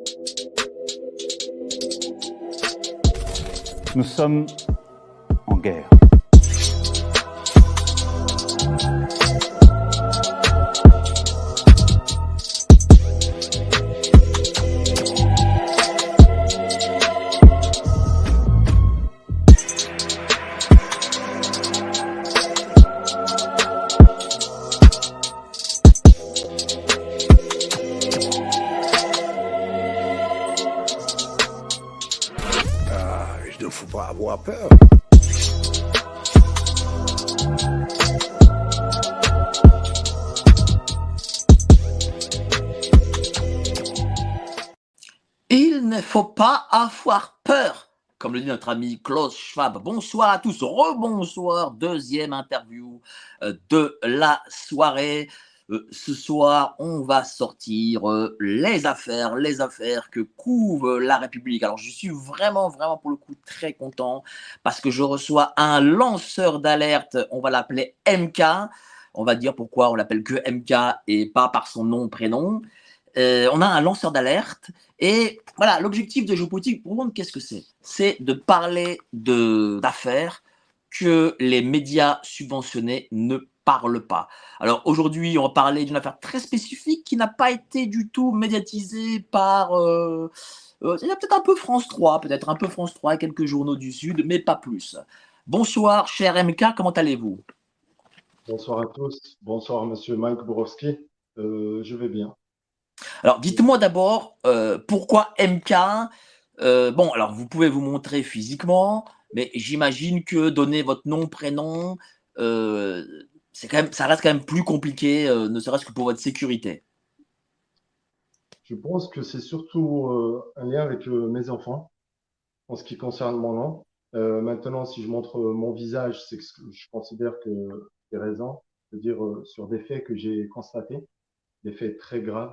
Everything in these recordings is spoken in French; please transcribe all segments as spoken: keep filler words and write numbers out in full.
Nous sommes en guerre. Ah, il ne faut pas avoir peur. Il ne faut pas avoir peur, comme le dit notre ami Klaus Schwab. Bonsoir à tous, rebonsoir, deuxième interview euh, de la soirée. Euh, ce soir, on va sortir euh, les affaires, les affaires que couvre la République. Alors, je suis vraiment, vraiment pour le coup très content parce que je reçois un lanceur d'alerte, on va l'appeler M K. On va dire pourquoi on l'appelle que M K et pas par son nom, prénom. Euh, on a un lanceur d'alerte et voilà, l'objectif de Géopolitique, pour moi, qu'est-ce que c'est? C'est de parler de, d'affaires que les médias subventionnés ne parlent pas. Alors aujourd'hui, on va parler d'une affaire très spécifique qui n'a pas été du tout médiatisée par... Euh, euh, il y a peut-être un peu France trois, peut-être un peu France trois et quelques journaux du Sud, mais pas plus. Bonsoir, cher M K, comment allez-vous? Bonsoir à tous. Bonsoir, monsieur Mike Borowski. Euh, je vais bien. Alors, dites-moi d'abord, euh, pourquoi M K? Euh, bon, alors vous pouvez vous montrer physiquement, mais j'imagine que donner votre nom, prénom, euh, c'est quand même, ça reste quand même plus compliqué, euh, ne serait-ce que pour votre sécurité. Je pense que c'est surtout euh, un lien avec euh, mes enfants en ce qui concerne mon nom. Euh, maintenant, si je montre euh, mon visage, c'est que je considère que j'ai raison de dire euh, sur des faits que j'ai constatés, des faits très graves.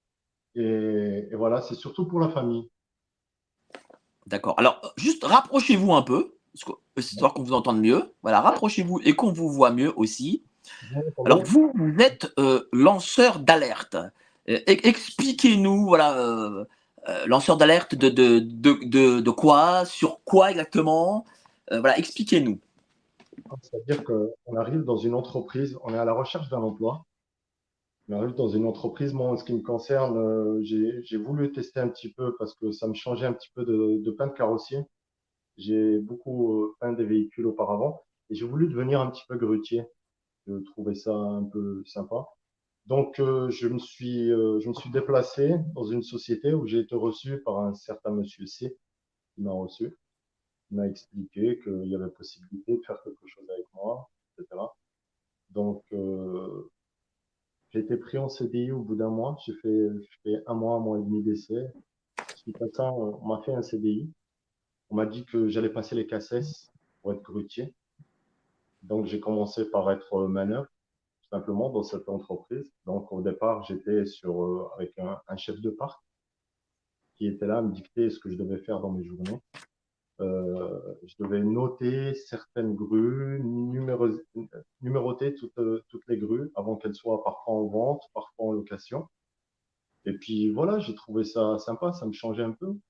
Et, et voilà, c'est surtout pour la famille. D'accord. Alors, juste rapprochez-vous un peu, parce que- histoire qu'on vous entende mieux. Voilà, rapprochez-vous et qu'on vous voit mieux aussi. Vous Alors, m'entendez? vous, vous êtes euh, lanceur d'alerte. Euh, e- expliquez-nous, voilà, euh, euh, lanceur d'alerte de, de, de, de, de quoi, sur quoi exactement. Euh, voilà, expliquez-nous. C'est-à-dire qu'on arrive dans une entreprise, on est à la recherche d'un emploi. On arrive dans une entreprise, moi, en ce qui me concerne, euh, j'ai, j'ai voulu tester un petit peu parce que ça me changeait un petit peu de, de peindre carrossier. J'ai beaucoup euh, peint des véhicules auparavant et j'ai voulu devenir un petit peu grutier. Je trouvais ça un peu sympa. Donc, euh, je me suis, euh, je me suis déplacé dans une société où j'ai été reçu par un certain monsieur C qui m'a reçu. Il m'a expliqué qu'il y avait possibilité de faire quelque chose avec moi, et cetera. Donc, euh, j'ai été pris en C D I au bout d'un mois. J'ai fait, j'ai fait un mois, un mois et demi d'essai. Suite à ça, on m'a fait un C D I. On m'a dit que j'allais passer les C A C E S pour être grutier. Donc, j'ai commencé par être manœuvre, tout simplement, dans cette entreprise. Donc, au départ, j'étais sur, euh, avec un, un chef de parc qui était là à me dicter ce que je devais faire dans mes journées. Euh, je devais noter certaines grues, numéro- numéroter toutes, toutes les grues avant qu'elles soient parfois en vente, parfois en location. Et puis voilà, j'ai trouvé ça sympa, ça me changeait un peu.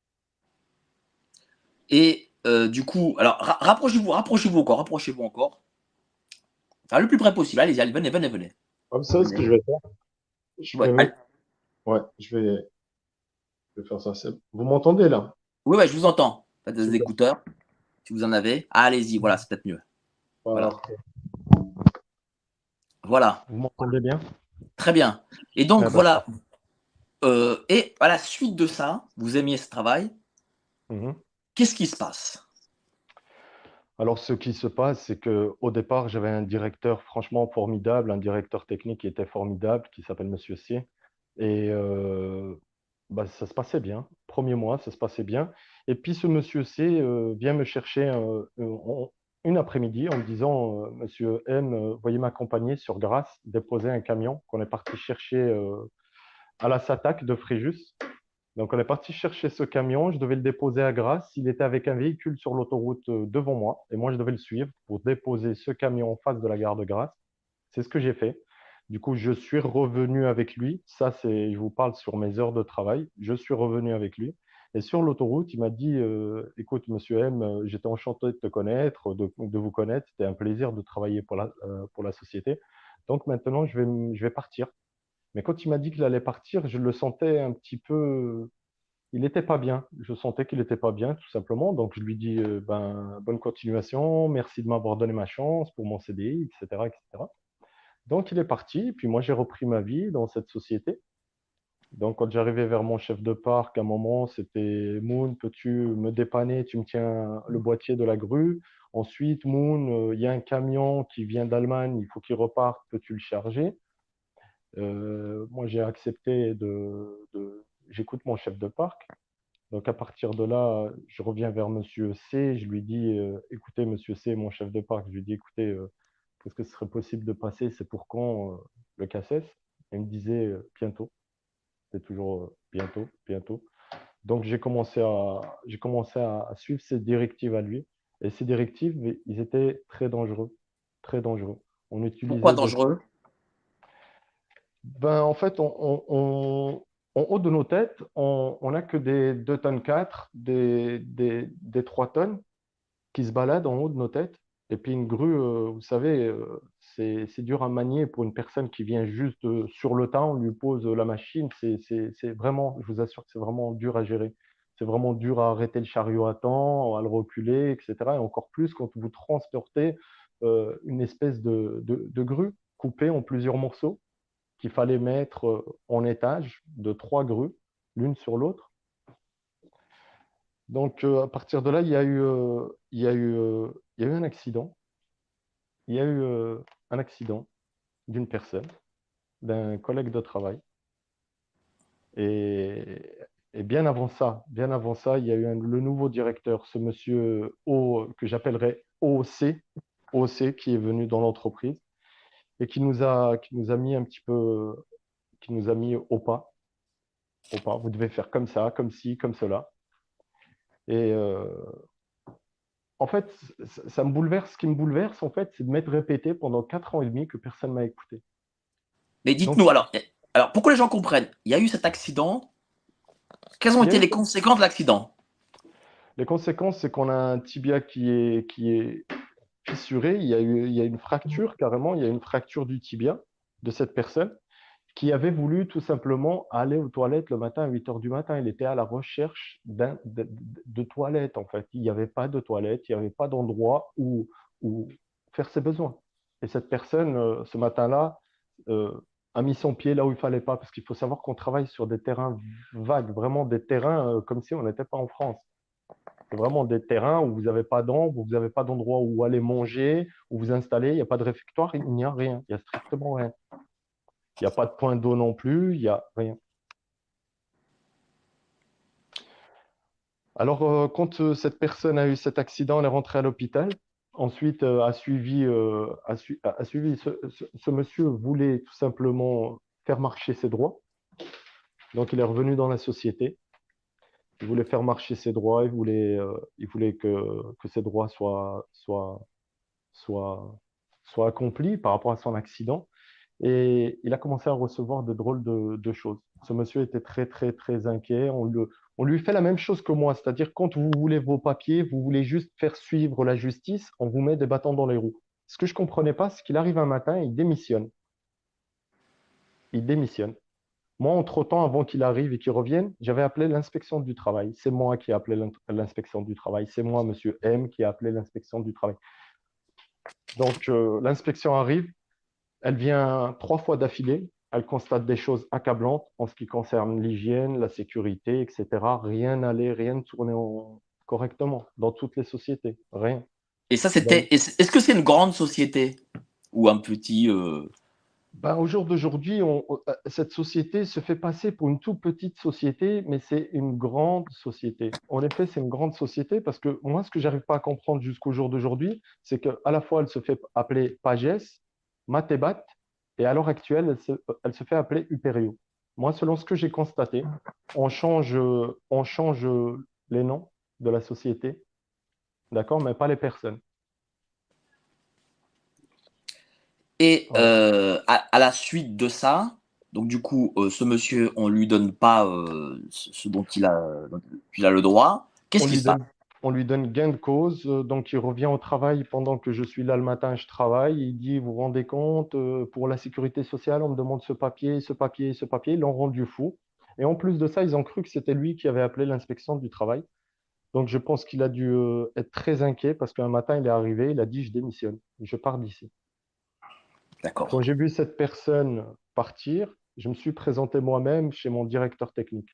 Et euh, du coup, alors ra- rapprochez-vous, rapprochez-vous encore, rapprochez-vous encore. Enfin, le plus près possible. Allez-y, allez, venez, venez, venez. Comme ça, ce que je vais faire, je Ouais, vais allez. mettre, ouais, je vais, je vais faire ça. C'est- Vous m'entendez là? Oui, ouais, je vous entends. Faites des Super. écouteurs, si vous en avez. Allez-y, voilà, c'est peut-être mieux. Voilà. Parfait. Voilà, Vous m'entendez bien? très bien. Et donc, Eh ben, voilà. parfait. Euh, et à la suite de ça, vous aimiez ce travail. Mhm. Qu'est-ce qui se passe? Alors, ce qui se passe, c'est que au départ, j'avais un directeur franchement formidable, un directeur technique qui était formidable, qui s'appelle Monsieur C. Et euh, bah, ça se passait bien. Premier mois, ça se passait bien. Et puis, ce Monsieur C euh, vient me chercher euh, euh, une après-midi en me disant, euh, Monsieur M, euh, veuillez m'accompagner sur Grasse, déposer un camion qu'on est parti chercher euh, à la SATAC de Fréjus. Donc, on est parti chercher ce camion. Je devais le déposer à Grasse. Il était avec un véhicule sur l'autoroute euh, devant moi et moi, je devais le suivre pour déposer ce camion en face de la gare de Grasse. C'est ce que j'ai fait. Du coup, je suis revenu avec lui. Ça, c'est, je vous parle sur mes heures de travail. Je suis revenu avec lui. Et sur l'autoroute, il m'a dit, euh, écoute, monsieur M, euh, j'étais enchanté de te connaître, de, de vous connaître. C'était un plaisir de travailler pour la, euh, pour la société. Donc maintenant, je vais, m- je vais partir. Mais quand il m'a dit qu'il allait partir, je le sentais un petit peu, il n'était pas bien. Je sentais qu'il n'était pas bien, tout simplement. Donc je lui dis, euh, ben, bonne continuation, merci de m'avoir donné ma chance pour mon C D I, et cetera, et cetera. Donc il est parti, puis moi j'ai repris ma vie dans cette société. Donc quand j'arrivais vers mon chef de parc, à un moment c'était Moon, peux-tu me dépanner? Tu me tiens le boîtier de la grue. Ensuite, Moon, euh, il y a un camion qui vient d'Allemagne, il faut qu'il reparte, peux-tu le charger? Euh, moi j'ai accepté de, de- j'écoute mon chef de parc. Donc à partir de là, je reviens vers Monsieur C. Je lui dis, euh, écoutez, Monsieur C, mon chef de parc, je lui dis, écoutez, euh, est-ce que ce serait possible de passer? C'est pour quand euh, le C A C E S? Il me disait euh, bientôt. C'est toujours euh, bientôt, bientôt. Donc j'ai commencé à, j'ai commencé à, à suivre ces directives à lui. Et ces directives, ils étaient très dangereux, très dangereux. On Pourquoi utilisait de, dangereux? ben en fait, on, on- on- en haut de nos têtes, on n'a que des deux tonnes quatre, des, des, des trois tonnes qui se baladent en haut de nos têtes. Et puis une grue, euh, vous savez, euh, c'est, c'est dur à manier pour une personne qui vient juste euh, sur le tas, on lui pose la machine. C'est, c'est, c'est vraiment, je vous assure que c'est vraiment dur à gérer. C'est vraiment dur à arrêter le chariot à temps, à le reculer, et cetera. Et encore plus quand vous transportez euh, une espèce de, de, de grue coupée en plusieurs morceaux qu'il fallait mettre euh, en étage de trois grues, l'une sur l'autre. Donc, euh, à partir de là, il y a eu, euh, il y a eu, euh, il y a eu un accident. Il y a eu euh, un accident d'une personne, d'un collègue de travail. Et, et bien avant ça, bien avant ça, il y a eu un- le nouveau directeur, ce monsieur O, que j'appellerais O C, O C, qui est venu dans l'entreprise et qui nous a, qui nous a mis un petit peu, qui nous a mis au pas, au pas. Vous devez faire comme ça, comme ci, comme cela. Et euh, en fait, ça, ça me bouleverse. Ce qui me bouleverse, en fait, c'est de m'être répété pendant quatre ans et demi que personne ne m'a écouté. Mais Donc, dites-nous alors, alors pourquoi les gens comprennent? Il y a eu cet accident. Quelles ont il y a été eu les conséquences de l'accident? les conséquences, c'est qu'on a un tibia qui est, qui est fissuré. Il y a eu, il y a une fracture, carrément. Il y a une fracture du tibia de cette personne qui avait voulu tout simplement aller aux toilettes le matin à huit heures du matin. Il était à la recherche d'un, de, de toilettes, en fait. Il n'y avait pas de toilettes, il n'y avait pas d'endroit où, où faire ses besoins. Et cette personne, euh, ce matin-là, euh, a mis son pied là où il fallait pas, parce qu'il faut savoir qu'on travaille sur des terrains vagues, vraiment des terrains euh, comme si on n'était pas en France. C'est vraiment des terrains où vous n'avez pas d'ombre, où vous n'avez pas d'endroit où aller manger, où vous installer, il n'y a pas de réfectoire, il n'y a rien, il n'y a strictement rien. Il n'y a pas de point d'eau non plus, il n'y a rien. Alors, euh, quand euh, cette personne a eu cet accident, elle est rentrée à l'hôpital. Ensuite, euh, a suivi, euh, a, su- a suivi ce, ce- ce monsieur voulait tout simplement faire marcher ses droits. Donc, il est revenu dans la société. Il voulait faire marcher ses droits. Il voulait, euh, il voulait que, que ses droits soient, soient, soient, soient accomplis par rapport à son accident. Et il a commencé à recevoir de drôles de, de choses. Ce monsieur était très, très, très inquiet. On, le, on lui fait la même chose que moi, c'est-à-dire quand vous voulez vos papiers, vous voulez juste faire suivre la justice, on vous met des bâtons dans les roues. Ce que je ne comprenais pas, c'est qu'il arrive un matin, il démissionne. Il démissionne. Moi, entre-temps, avant qu'il arrive et qu'il revienne, j'avais appelé l'inspection du travail. C'est moi qui ai appelé l'in- l'inspection du travail. C'est moi, monsieur M, qui a appelé l'inspection du travail. Donc, euh, l'inspection arrive. Elle vient trois fois d'affilée. Elle constate des choses accablantes en ce qui concerne l'hygiène, la sécurité, et cetera. Rien n'allait, rien ne tournait en- correctement dans toutes les sociétés. Rien. Et ça, c'était. Donc, Est-ce est-ce que c'est une grande société ou un petit euh, ben, au jour d'aujourd'hui, on- on- euh, cette société se fait passer pour une toute petite société, mais c'est une grande société. En effet, c'est une grande société parce que moi, ce que j'arrive pas à comprendre jusqu'au jour d'aujourd'hui, c'est qu'à la fois, elle se fait appeler Pages, Matebat, et à l'heure actuelle, elle se, elle se fait appeler Uperio. Moi, selon ce que j'ai constaté, on change, euh, on change euh, les noms de la société, d'accord, mais pas les personnes. Et Ouais. euh, à, à la suite de ça, donc du coup, euh, ce monsieur, on lui donne pas euh, ce, ce dont il a, dont il a le droit. On Qu'est-ce qui lui se passe? donne, on lui donne gain de cause, euh, donc il revient au travail pendant que je suis là le matin, je travaille. Il dit, vous vous rendez compte, euh, pour la sécurité sociale, on me demande ce papier, ce papier, ce papier. Ils l'ont rendu fou. Et en plus de ça, ils ont cru que c'était lui qui avait appelé l'inspection du travail. Donc je pense qu'il a dû euh, être très inquiet parce qu'un matin, il est arrivé, il a dit, je démissionne, je pars d'ici. Quand D'accord. j'ai vu cette personne partir, je me suis présenté moi-même chez mon directeur technique,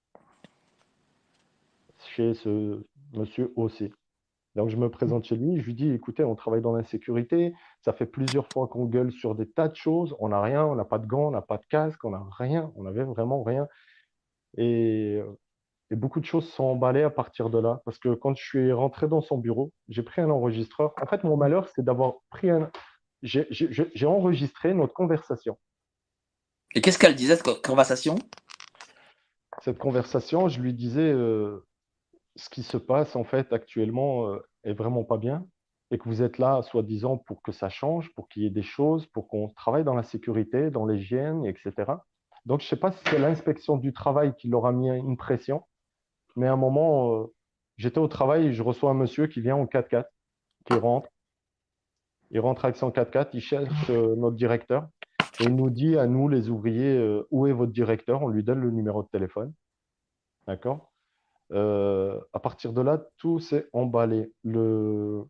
chez ce monsieur aussi. Donc, je me présente chez lui, je lui dis, écoutez, on travaille dans l'insécurité, ça fait plusieurs fois qu'on gueule sur des tas de choses, on n'a rien, on n'a pas de gants, on n'a pas de casque, on n'a rien, on n'avait vraiment rien. Et, et beaucoup de choses sont emballées à partir de là, parce que quand je suis rentré dans son bureau, j'ai pris un enregistreur. En fait, mon malheur, c'est d'avoir pris un... J'ai j'ai- j'ai- j'ai enregistré notre conversation. Et qu'est-ce qu'elle disait, cette conversation? Cette conversation, je lui disais, euh, ce qui se passe en fait actuellement euh, est vraiment pas bien et que vous êtes là, soi-disant, pour que ça change, pour qu'il y ait des choses, pour qu'on travaille dans la sécurité, dans l'hygiène, et cetera. Donc, je ne sais pas si c'est l'inspection du travail qui leur a mis une pression, mais à un moment, euh, j'étais au travail et je reçois un monsieur qui vient en quatre-quatre, qui rentre. Il rentre avec son quatre-quatre, il cherche euh, notre directeur et il nous dit à nous, les ouvriers, euh, où est votre directeur? On lui donne le numéro de téléphone. D'accord? Euh, à partir de là, tout s'est emballé. Le,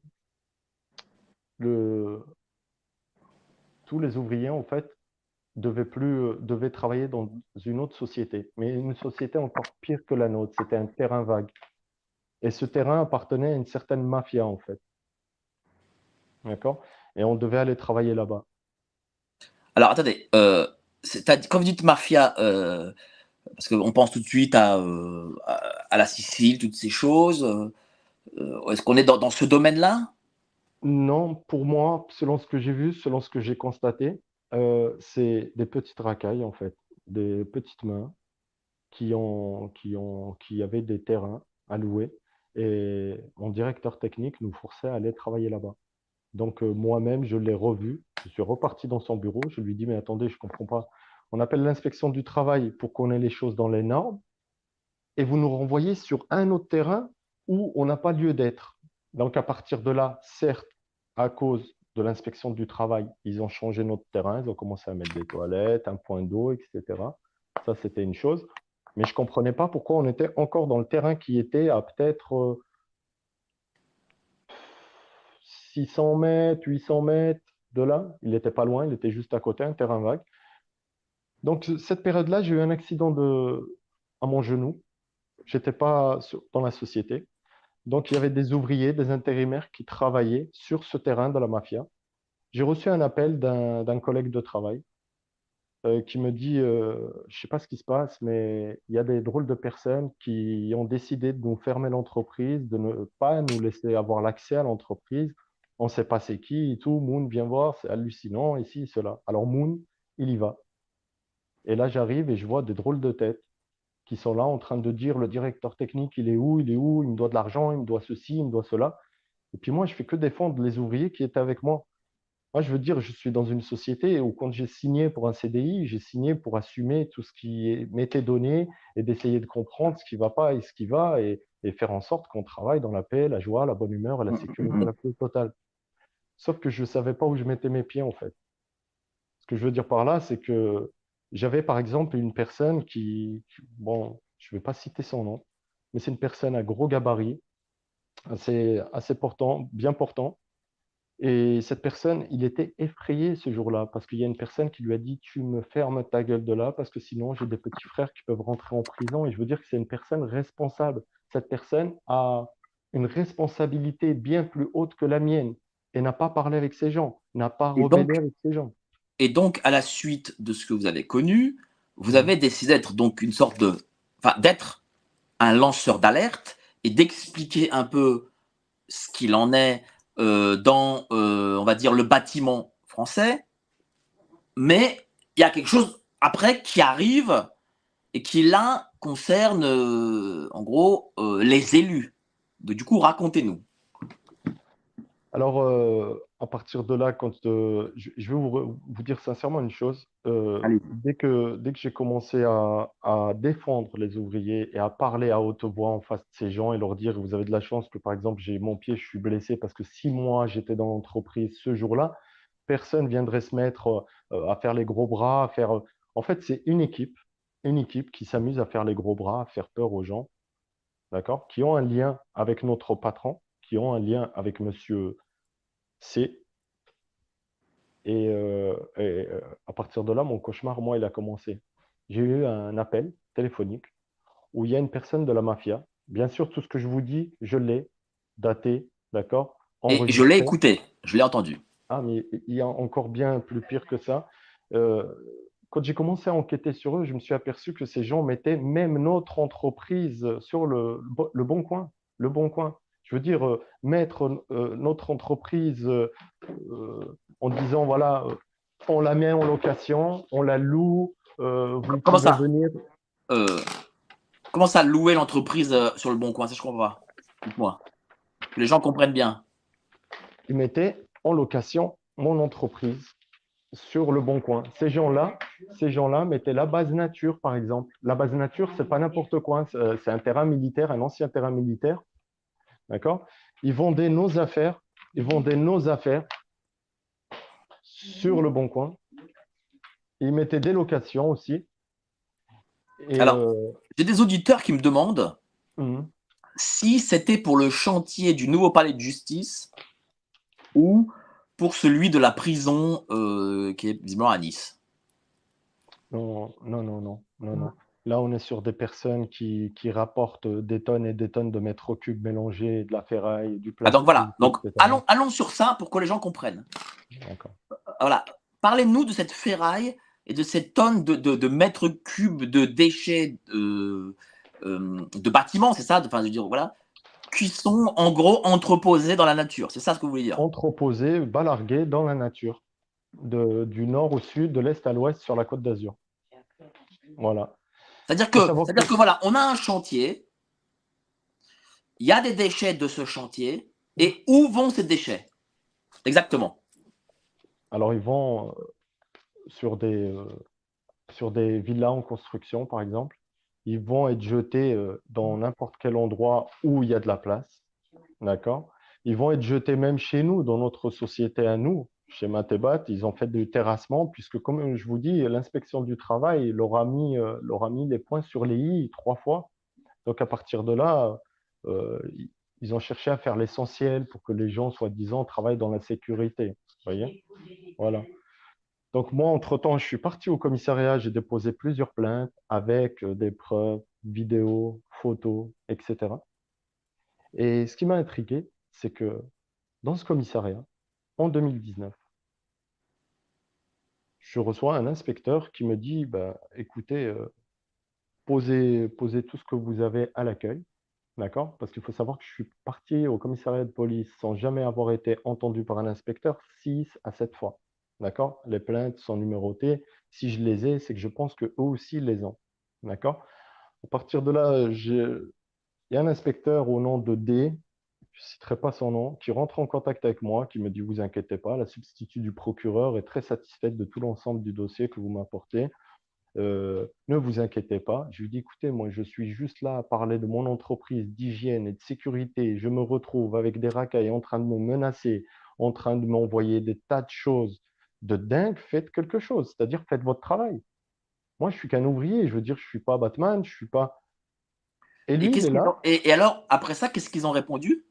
le, tous les ouvriers, en fait, devaient plus, euh, devaient travailler dans une autre société, mais une société encore pire que la nôtre. C'était un terrain vague. Et ce terrain appartenait à une certaine mafia, en fait. D'accord? Et on devait aller travailler là-bas. Alors attendez, euh, c'est- t'as dit- quand vous dites mafia, euh, parce qu'on pense tout de suite à, euh, à, à la Sicile, toutes ces choses. Euh, est-ce qu'on est dans, dans ce domaine-là? Non, pour moi, selon ce que j'ai vu, selon ce que j'ai constaté, euh, c'est des petites racailles, en fait, des petites mains qui ont, qui ont, qui avaient des terrains à louer. Et mon directeur technique nous forçait à aller travailler là-bas. Donc, euh, moi-même, je l'ai revu. Je suis reparti dans son bureau. Je lui dis, mais attendez, je ne comprends pas. On appelle l'inspection du travail pour qu'on ait les choses dans les normes et vous nous renvoyez sur un autre terrain où on n'a pas lieu d'être. Donc, à partir de là, certes, à cause de l'inspection du travail, ils ont changé notre terrain. Ils ont commencé à mettre des toilettes, un point d'eau, et cetera. Ça, c'était une chose. Mais je ne comprenais pas pourquoi on était encore dans le terrain qui était à peut-être euh, six cents mètres, huit cents mètres de là. Il n'était pas loin, il était juste à côté, un terrain vague. Donc, cette période-là, j'ai eu un accident de... à mon genou. Je n'étais pas sur- dans la société. Donc, il y avait des ouvriers, des intérimaires qui travaillaient sur ce terrain de la mafia. J'ai reçu un appel d'un d'un collègue de travail euh, qui me dit, euh, je ne sais pas ce qui se passe, mais il y a des drôles de personnes qui ont décidé de nous fermer l'entreprise, de ne pas nous laisser avoir l'accès à l'entreprise. On ne sait pas c'est qui et tout. Moon, viens voir, c'est hallucinant, ici, cela. Alors, Moon, il y va. Et là, j'arrive et je vois des drôles de têtes qui sont là en train de dire, le directeur technique, il est où, il est où, il me doit de l'argent, il me doit ceci, il me doit cela. Et puis moi, je fais que défendre les ouvriers qui étaient avec moi. Moi, je veux dire, je suis dans une société où quand j'ai signé pour un C D I, j'ai signé pour assumer tout ce qui m'était donné et d'essayer de comprendre ce qui ne va pas et ce qui va et, et faire en sorte qu'on travaille dans la paix, la joie, la bonne humeur et la sécurité la plus totale. Sauf que je ne savais pas où je mettais mes pieds, en fait. Ce que je veux dire par là, c'est que j'avais, par exemple, une personne qui, qui- bon, je ne vais pas citer son nom, mais c'est une personne à gros gabarit, assez, assez portant, bien portant. Et cette personne, il était effrayé ce jour-là parce qu'il y a une personne qui lui a dit, tu me fermes ta gueule de là parce que sinon j'ai des petits frères qui peuvent rentrer en prison. Et je veux dire que c'est une personne responsable. Cette personne a une responsabilité bien plus haute que la mienne et n'a pas parlé avec ces gens, n'a pas Et rebellé donc, avec ces gens. et donc, à la suite de ce que vous avez connu, vous Mhm. avez décidé d'être donc une sorte de, enfin, d'être un lanceur d'alerte et d'expliquer un peu ce qu'il en est euh, dans, euh, on va dire, le bâtiment français. Mais il y a quelque chose après qui arrive et qui là concerne, euh, en gros, euh, les élus. Donc, du coup, racontez-nous. Alors, euh, à partir de là, quand euh, je, je vais vous, re- vous dire sincèrement une chose, euh, Allez. dès que, dès que j'ai commencé à, à défendre les ouvriers et à parler à haute voix en face de ces gens et leur dire, vous avez de la chance que, par exemple, j'ai mon pied, je suis blessé parce que si moi j'étais dans l'entreprise ce jour-là, personne viendrait se mettre euh, à faire les gros bras, à faire. euh, En fait, c'est une équipe, une équipe qui s'amuse à faire les gros bras, à faire peur aux gens, d'accord, qui ont un lien avec notre patron, qui ont un lien avec Monsieur C. Et, euh, et, euh, à partir de là, mon cauchemar, moi, il a commencé. J'ai eu un appel téléphonique où il y a une personne de la mafia. Bien sûr, tout ce que je vous dis, je l'ai daté, d'accord, Et je l'ai enregistré. écouté, je l'ai entendu. Ah, mais il y a encore bien plus pire que ça. Euh, quand j'ai commencé à enquêter sur eux, je me suis aperçu que ces gens mettaient même notre entreprise sur le, le bon coin. Le bon coin. Je veux dire, euh, mettre euh, notre entreprise euh, euh, en disant, voilà, euh, on la met en location, on la loue, euh, vous Comment pouvez ça venir. euh, Comment ça, louer l'entreprise euh, sur le bon coin? Ça, je comprends pas. Dites-moi. Que les gens comprennent bien. Ils mettaient en location mon entreprise sur le bon coin. Ces gens-là, ces gens-là mettaient la base nature, par exemple. La base nature, c'est pas n'importe quoi. C'est c'est un terrain militaire, un ancien terrain militaire. D'accord? Ils vendaient nos affaires, ils vendaient nos affaires sur le bon coin. Ils mettaient des locations aussi. Et Alors, euh, j'ai des auditeurs qui me demandent hum, si c'était pour le chantier du nouveau palais de justice ou pour celui de la prison euh, qui est visiblement à Nice. non, non, non, non, non, non. Là, on est sur des personnes qui, qui rapportent des tonnes et des tonnes de mètres cubes mélangés, de la ferraille, du Ah, donc voilà. plastique, Donc, et cetera. allons, allons sur ça pour que les gens comprennent. D'accord. Voilà. Parlez-nous de cette ferraille et de ces tonnes de, de, de mètres cubes de déchets euh, euh, de bâtiments, c'est ça? Enfin, je veux dire, voilà, qui sont en gros entreposés dans la nature. C'est ça ce que vous voulez dire? Entreposés, balargués dans la nature, de, du nord au sud, de l'est à l'ouest sur la Côte d'Azur. Voilà. C'est-à-dire Il faut que, savoir que c'est-à-dire que voilà, on a un chantier, il y a des déchets de ce chantier, et où vont ces déchets? Exactement. alors ils vont euh, sur des, euh, sur des villas en construction, par exemple, ils vont être jetés euh, dans n'importe quel endroit où il y a de la place, d'accord? Ils vont être jetés même chez nous, dans notre société à nous, chez Matebat, ils ont fait du terrassement, puisque comme je vous dis, l'inspection du travail leur a mis, euh, leur a mis les points sur les i trois fois. Donc à partir de là, euh, ils ont cherché à faire l'essentiel pour que les gens, soi-disant, travaillent dans la sécurité. Vous voyez? Voilà. Donc moi, entre-temps, je suis parti au commissariat, j'ai déposé plusieurs plaintes avec euh, des preuves, vidéos, photos, et cetera. Et ce qui m'a intrigué, c'est que dans ce commissariat, en deux mille dix-neuf, je reçois un inspecteur qui me dit, bah, écoutez, euh, posez, posez tout ce que vous avez à l'accueil. D'accord? Parce qu'il faut savoir que je suis parti au commissariat de police sans jamais avoir été entendu par un inspecteur six à sept fois. D'accord? Les plaintes sont numérotées. Si je les ai, c'est que je pense qu'eux aussi les ont. D'accord? À partir de là, j'ai- il y a un inspecteur au nom de D, je ne citerai pas son nom, qui rentre en contact avec moi, qui me dit, vous inquiétez pas, la substitut du procureur est très satisfaite de tout l'ensemble du dossier que vous m'apportez. Euh, ne vous inquiétez pas. Je lui dis, écoutez, moi, je suis juste là à parler de mon entreprise d'hygiène et de sécurité. Je me retrouve avec des racailles en train de me menacer, en train de m'envoyer des tas de choses de dingue. Faites quelque chose, c'est-à-dire faites votre travail. Moi, je suis qu'un ouvrier. Je veux dire, je suis pas Batman, je suis pas. Et Et, lui, il qu'est-ce est qu'ils là. ont, et, et alors, après ça, qu'est-ce qu'ils ont répondu?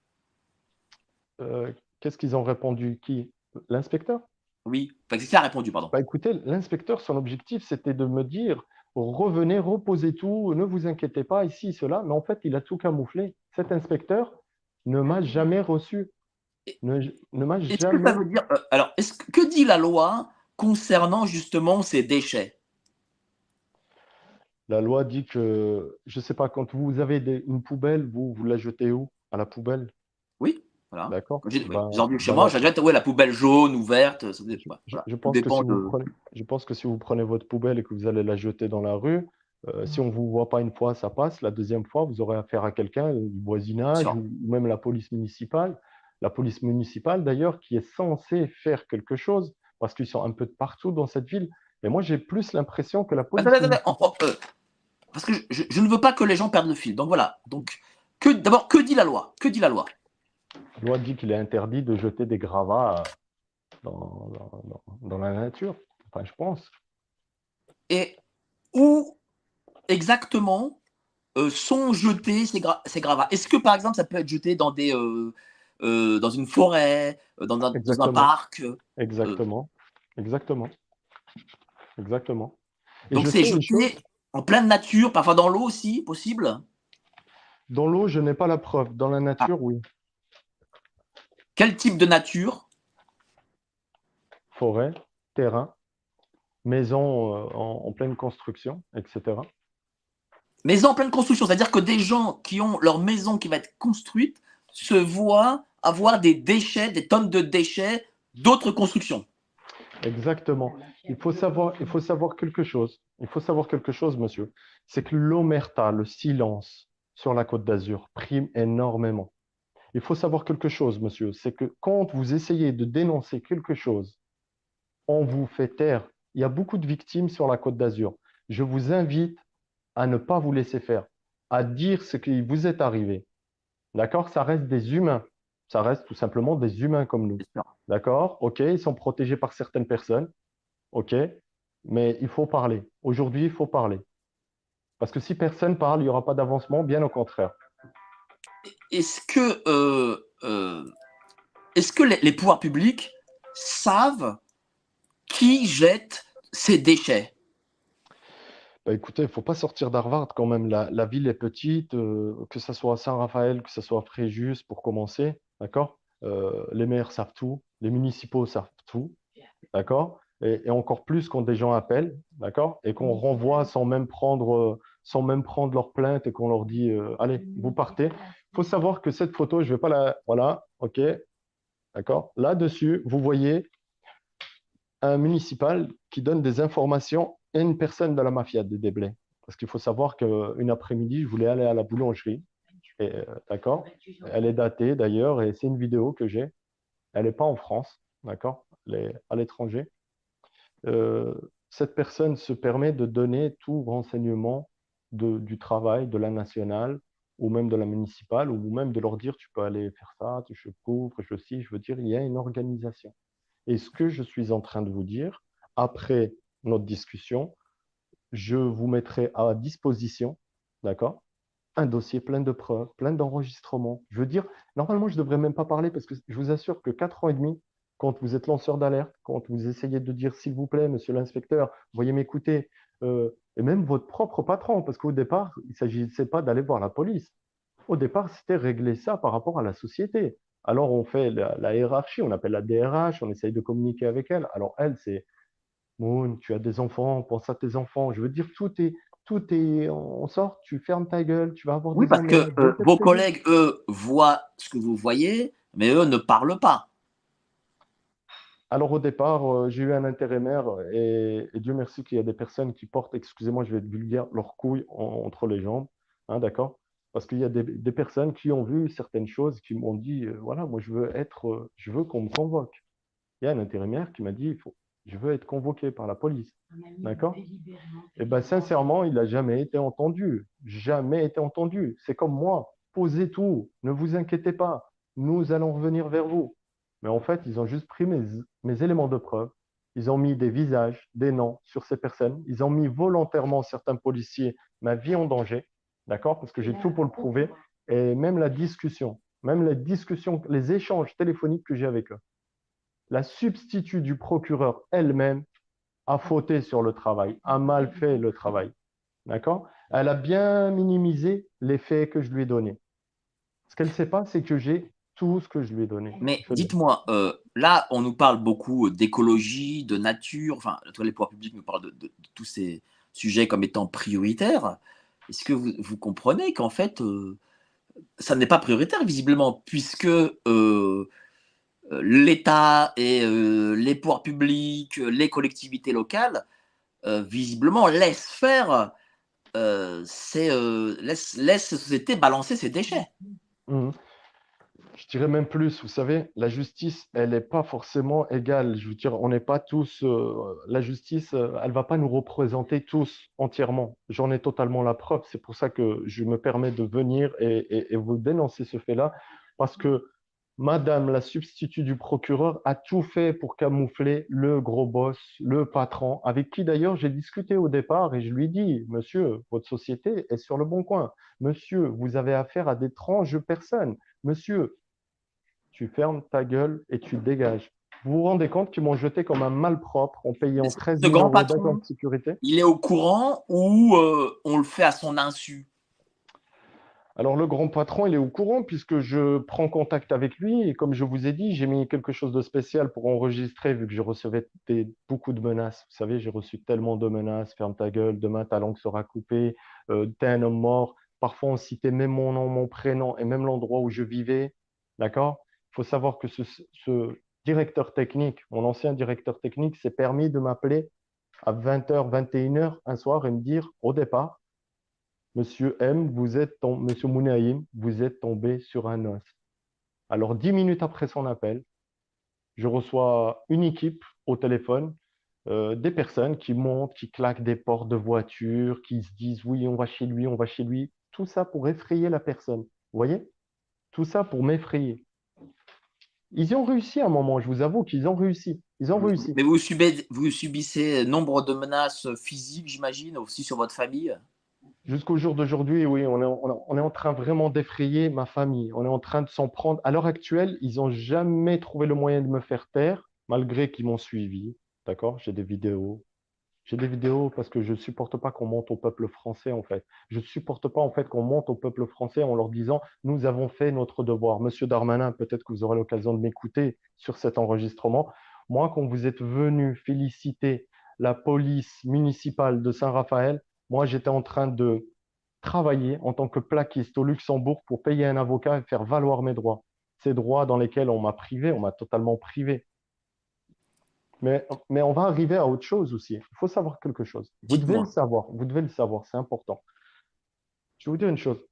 Euh, qu'est-ce qu'ils ont répondu? Qui? L'inspecteur? Oui. Enfin, qu'est-ce qu'il a répondu, pardon? Bah, écoutez, l'inspecteur, son objectif, c'était de me dire, revenez, reposez tout, ne vous inquiétez pas, ici, cela. Mais en fait, il a tout camouflé. Cet inspecteur ne m'a jamais reçu, ne, ne m'a Est-ce que ça jamais. veut dire. euh, alors, est-ce que, que dit la loi concernant justement ces déchets? La loi dit que, je ne sais pas, quand vous avez des- une poubelle, vous, vous la jetez où? À la poubelle, Oui, voilà. d'accord? Quand j'ai oui, Ben, j'ai envie chez ben moi, là, j'achète ouais, la poubelle jaune ou verte. Ça je, dépend, je- voilà. je Tout pense que dépend si vous de. prenez, je pense que si vous prenez votre poubelle et que vous allez la jeter dans la rue, euh, si on ne vous voit pas une fois, ça passe. La deuxième fois, vous aurez affaire à quelqu'un euh, du voisinage Sûr. ou même la police municipale. la police municipale d'ailleurs, qui est censée faire quelque chose, parce qu'ils sont un peu de partout dans cette ville. Mais moi, j'ai plus l'impression que la police Attends, attends, municipale… attends, euh, parce que je, je- je ne veux pas que les gens perdent le fil. Donc voilà. Donc, que, d'abord, que dit la loi? Que dit la loi? La loi dit qu'il est interdit de jeter des gravats dans, dans, dans, dans la nature. Enfin, je pense. Et où exactement euh, sont jetés ces, gra- ces gravats? Est-ce que, par exemple, ça peut être jeté dans, des, euh, euh, dans une forêt, euh, dans un, dans un Exactement. parc euh, Exactement. Exactement. Exactement. Et Donc, je c'est sais une chose, jeté en pleine nature, parfois dans l'eau aussi, possible? dans l'eau, je n'ai pas la preuve. Dans la Ah. nature, oui. Quel type de nature? Forêt, terrain, maison euh, en, en pleine construction, et cetera. Maison en pleine construction, c'est-à-dire que des gens qui ont leur maison qui va être construite se voient avoir des déchets, des tonnes de déchets d'autres constructions. Exactement. Il faut savoir, il faut savoir quelque chose. Il faut savoir quelque chose, monsieur. C'est que l'omerta, le silence sur la Côte d'Azur prime énormément. Il faut savoir quelque chose, monsieur. C'est que quand vous essayez de dénoncer quelque chose, on vous fait taire. Il y a beaucoup de victimes sur la Côte d'Azur. Je vous invite à ne pas vous laisser faire, à dire ce qui vous est arrivé. D'accord? Ça reste des humains. Ça reste tout simplement des humains comme nous. D'accord? OK? Ils sont protégés par certaines personnes. OK? Mais il faut parler. Aujourd'hui, il faut parler. Parce que si personne parle, il n'y aura pas d'avancement, bien au contraire. Est-ce que, euh, euh, est-ce que les, les pouvoirs publics savent qui jette ces déchets? Bah, écoutez, il ne faut pas sortir d'Harvard quand même. La, la ville est petite, euh, que ce soit Saint-Raphaël, que ce soit Fréjus, pour commencer. D'accord? Euh, les maires savent tout, les municipaux savent tout. D'accord? Et, et encore plus quand des gens appellent, d'accord? Et qu'on renvoie sans même prendre, euh, sans même prendre leur plainte et qu'on leur dit, euh, allez, vous partez. Il faut savoir que cette photo, je ne vais pas la… Voilà, OK, d'accord? Là-dessus, vous voyez un municipal qui donne des informations à une personne de la mafia de Déblais. Parce qu'il faut savoir qu'une après-midi, je voulais aller à la boulangerie. Et, euh, d'accord? Elle est datée d'ailleurs et c'est une vidéo que j'ai. Elle n'est pas en France, d'accord? Elle est à l'étranger. Euh, cette personne se permet de donner tout renseignement de, du travail de la nationale ou même de la municipale ou même de leur dire tu peux aller faire ça, je couvre, je ci, je veux dire, il y a une organisation. Et ce que je suis en train de vous dire, après notre discussion, je vous mettrai à disposition, d'accord, un dossier plein de preuves, plein d'enregistrements. Je veux dire, normalement, je ne devrais même pas parler parce que je vous assure que quatre ans et demi, quand vous êtes lanceur d'alerte, quand vous essayez de dire s'il vous plaît, monsieur l'inspecteur, veuillez m'écouter, euh, et même votre propre patron, parce qu'au départ, il ne s'agissait pas d'aller voir la police. Au départ, c'était régler ça par rapport à la société. Alors, on fait la, la hiérarchie, on appelle la D R H, on essaye de communiquer avec elle. Alors, elle, c'est Moon, tu as des enfants, pense à tes enfants. Je veux dire, tout est, tout est, on sort, tu fermes ta gueule, tu vas avoir Oui, des parce que emmerdes, je vais euh, te vos prévenir. collègues, eux, voient ce que vous voyez, mais eux ne parlent pas. Alors, au départ, euh, j'ai eu un intérimaire et, et Dieu merci qu'il y a des personnes qui portent, excusez-moi, je vais être vulgaire, leurs couilles en- entre les jambes, hein, d'accord? Parce qu'il y a des, des personnes qui ont vu certaines choses, qui m'ont dit, euh, voilà, moi, je veux être, euh, je veux qu'on me convoque. Il y a un intérimaire qui m'a dit, il faut, je veux être convoqué par la police. D'accord? Et bien, sincèrement, il n'a jamais été entendu. Jamais été entendu. C'est comme moi. Posez tout. Ne vous inquiétez pas. Nous allons revenir vers vous. Mais en fait, ils ont juste pris mes, mes éléments de preuve. Ils ont mis des visages, des noms sur ces personnes. Ils ont mis volontairement certains policiers ma vie en danger. D'accord? Parce que j'ai tout pour le prouver. Et même la discussion, même les discussions, les échanges téléphoniques que j'ai avec eux. La substitut du procureur elle-même a fauté sur le travail, a mal fait le travail. D'accord? Elle a bien minimisé les faits que je lui ai donnés. Ce qu'elle ne sait pas, c'est que j'ai tout ce que je lui ai donné. Mais Je l'ai. dites-moi, euh, là, on nous parle beaucoup d'écologie, de nature, enfin, en tout cas, les pouvoirs publics nous parlent de, de- de tous ces sujets comme étant prioritaires. Est-ce que vous, vous comprenez qu'en fait, euh, ça n'est pas prioritaire, visiblement, puisque euh, euh, l'État et euh, les pouvoirs publics, euh, les collectivités locales, euh, visiblement, laissent faire, euh, ces, euh, laissent, laissent ces sociétés balancer ces déchets. Mhm. Je dirais même plus, vous savez, la justice, elle n'est pas forcément égale. Je veux dire, on n'est pas tous. Euh, la justice, euh, elle ne va pas nous représenter tous entièrement. J'en ai totalement la preuve. C'est pour ça que je me permets de venir et, et- et vous dénoncer ce fait-là. Parce que Madame la substitut du procureur a tout fait pour camoufler le gros boss, le patron, avec qui d'ailleurs j'ai discuté au départ et je lui ai dit, Monsieur, votre société est sur le bon coin. Monsieur, vous avez affaire à d'étranges personnes. Monsieur, tu fermes ta gueule et tu dégages. Vous vous rendez compte qu'ils m'ont jeté comme un malpropre en payant treize Ce mille grand euros d'agent patron, de sécurité? il est au courant ou euh, on le fait à son insu? Alors, le grand patron, il est au courant puisque je prends contact avec lui et comme je vous ai dit, j'ai mis quelque chose de spécial pour enregistrer vu que je recevais des- beaucoup de menaces. Vous savez, j'ai reçu tellement de menaces. Ferme ta gueule, demain ta langue sera coupée, euh, t'es un homme mort. Parfois, on citait même mon nom, mon prénom et même l'endroit où je vivais. D'accord? Il faut savoir que ce, ce directeur technique, mon ancien directeur technique, s'est permis de m'appeler à vingt heures, vingt et une heures un soir et me dire au départ, Monsieur M, vous êtes tom- Monsieur Mounaïm, vous êtes tombé sur un os. Alors, dix minutes après son appel, je reçois une équipe au téléphone, euh, des personnes qui montent, qui claquent des portes de voiture, qui se disent oui, on va chez lui, on va chez lui. Tout ça pour effrayer la personne. Vous voyez? Tout ça pour m'effrayer. Ils y ont réussi à un moment, je vous avoue qu'ils ont réussi. Ils ont réussi. Mais vous subissez, vous subissez nombre de menaces physiques, j'imagine, aussi sur votre famille. Jusqu'au jour d'aujourd'hui, oui, on est, on est- on est en train vraiment d'effrayer ma famille. On est en train de s'en prendre. À l'heure actuelle, ils n'ont jamais trouvé le moyen de me faire taire, malgré qu'ils m'ont suivi. D'accord? J'ai des vidéos. J'ai des vidéos parce que je ne supporte pas qu'on monte au peuple français, en fait. Je ne supporte pas, en fait, qu'on monte au peuple français en leur disant, nous avons fait notre devoir. Monsieur Darmanin, peut-être que vous aurez l'occasion de m'écouter sur cet enregistrement. Moi, quand vous êtes venu féliciter la police municipale de Saint-Raphaël, moi, j'étais en train de travailler en tant que plaquiste au Luxembourg pour payer un avocat et faire valoir mes droits. Ces droits dans lesquels on m'a privé, on m'a totalement privé. Mais, mais on va arriver à autre chose aussi. Il faut savoir quelque chose. Vous devez le Dites-moi. savoir. Vous devez le savoir. C'est important. Je vais vous dire une chose.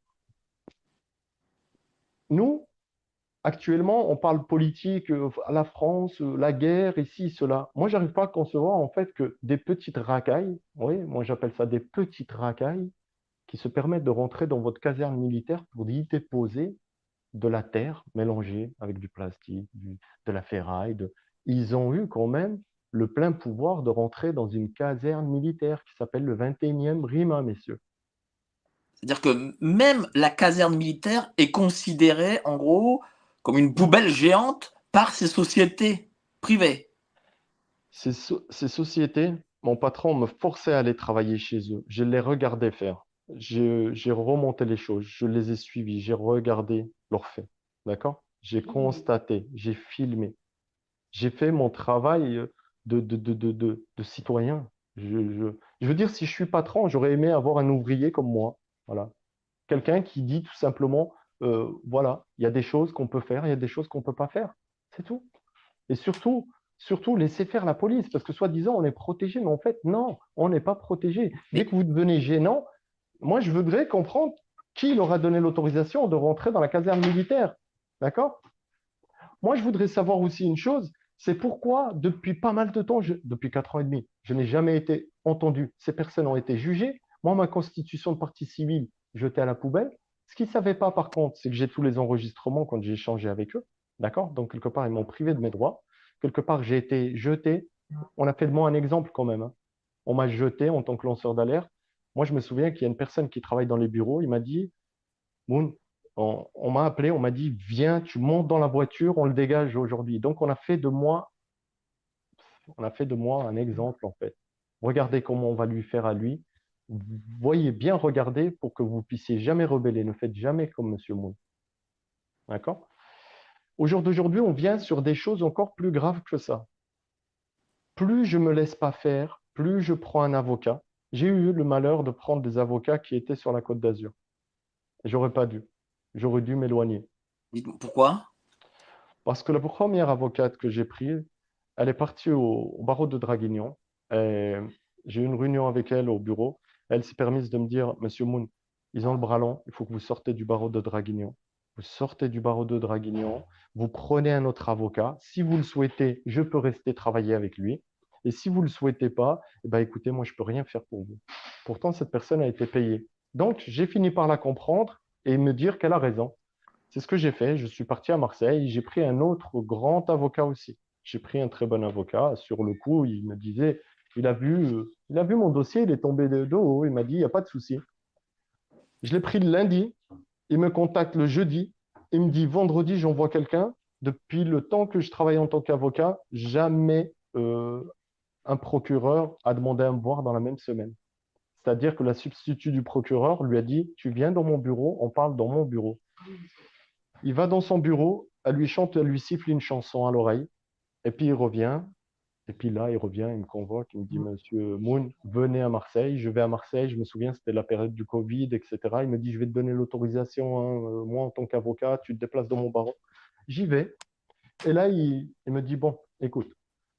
Nous, actuellement, on parle politique, euh, la France, euh, la guerre, ici, cela. Moi, j'arrive pas à concevoir en fait que des petites racailles, oui, moi j'appelle ça des petites racailles, qui se permettent de rentrer dans votre caserne militaire pour y déposer de la terre mélangée avec du plastique, du- de la ferraille. de- Ils ont eu quand même le plein pouvoir de rentrer dans une caserne militaire qui s'appelle le vingt et unième RIMA, messieurs. C'est-à-dire que même la caserne militaire est considérée, en gros, comme une poubelle géante par ces sociétés privées. Ces, so- ces sociétés, mon patron me forçait à aller travailler chez eux. Je les regardais faire. Je- J'ai remonté les choses, je les ai suivis, j'ai regardé leurs faits. D'accord? J'ai constaté, j'ai filmé. J'ai fait mon travail euh, de, de, de, de, de, de citoyen. Je, je, je veux dire, si je suis patron, j'aurais aimé avoir un ouvrier comme moi. Voilà. Quelqu'un qui dit tout simplement, euh, voilà, il y a des choses qu'on peut faire, il y a des choses qu'on ne peut pas faire. C'est tout. Et surtout, surtout, laisser faire la police, parce que soi-disant, on est protégé, mais en fait, non, on n'est pas protégé. Dès Mais que vous devenez gênant, moi, je voudrais comprendre qui leur a donné l'autorisation de rentrer dans la caserne militaire. D'accord? Moi, je voudrais savoir aussi une chose, c'est pourquoi depuis pas mal de temps, je- depuis quatre ans et demi, je n'ai jamais été entendu. Ces personnes ont été jugées. Moi, ma constitution de partie civile, jetée à la poubelle. Ce qu'ils ne savaient pas, par contre, c'est que j'ai tous les enregistrements quand j'ai échangé avec eux. D'accord? Donc, quelque part, ils m'ont privé de mes droits. Quelque part, j'ai été jeté. On a fait de moi un exemple quand même, hein. On m'a jeté en tant que lanceur d'alerte. Moi, je me souviens qu'il y a une personne qui travaille dans les bureaux. Il m'a dit, Moon, on, on m'a appelé, on m'a dit, viens, tu montes dans la voiture, on le dégage aujourd'hui. Donc, on a fait de moi, on a fait de moi un exemple, en fait. Regardez comment on va lui faire à lui. Voyez bien regarder pour que vous puissiez jamais rebeller. Ne faites jamais comme Monsieur Moon. D'accord? Au jour d'aujourd'hui, on vient sur des choses encore plus graves que ça. Plus je me laisse pas faire, plus je prends un avocat. J'ai eu le malheur de prendre des avocats qui étaient sur la Côte d'Azur. J'aurais pas dû. J'aurais dû m'éloigner. dites-moi pourquoi? Parce que la première avocate que j'ai prise, elle est partie au, au barreau de Draguignan. Et j'ai eu une réunion avec elle au bureau. Elle s'est permise de me dire, Monsieur Moon, ils ont le bras long, il faut que vous sortez du barreau de Draguignan. vous sortez du barreau de Draguignan, vous prenez un autre avocat. Si vous le souhaitez, je peux rester travailler avec lui. Et si vous ne le souhaitez pas, eh ben, écoutez, moi, je ne peux rien faire pour vous. Pourtant, cette personne a été payée. Donc, j'ai fini par la comprendre et me dire qu'elle a raison. C'est ce que j'ai fait. Je suis parti à Marseille. J'ai pris un autre grand avocat aussi. J'ai pris un très bon avocat. Sur le coup, il me disait, il a vu, euh, il a vu mon dossier, il est tombé de dos. Il m'a dit, il n'y a pas de souci. Je l'ai pris le lundi. Il me contacte le jeudi. Il me dit, vendredi, j'envoie quelqu'un. Depuis le temps que je travaille en tant qu'avocat, jamais euh, un procureur a demandé à me voir dans la même semaine. C'est-à-dire que la substitut du procureur lui a dit, tu viens dans mon bureau, on parle dans mon bureau. Il va dans son bureau, elle lui chante, elle lui siffle une chanson à l'oreille, et puis il revient. Et puis là, il revient, il me convoque, il me dit, Monsieur Moon, venez à Marseille. Je vais à Marseille, je me souviens, c'était la période du Covid, et cetera. Il me dit, je vais te donner l'autorisation, hein, euh, moi en tant qu'avocat, tu te déplaces dans mon barreau. J'y vais. Et là, il, il me dit, bon, écoute,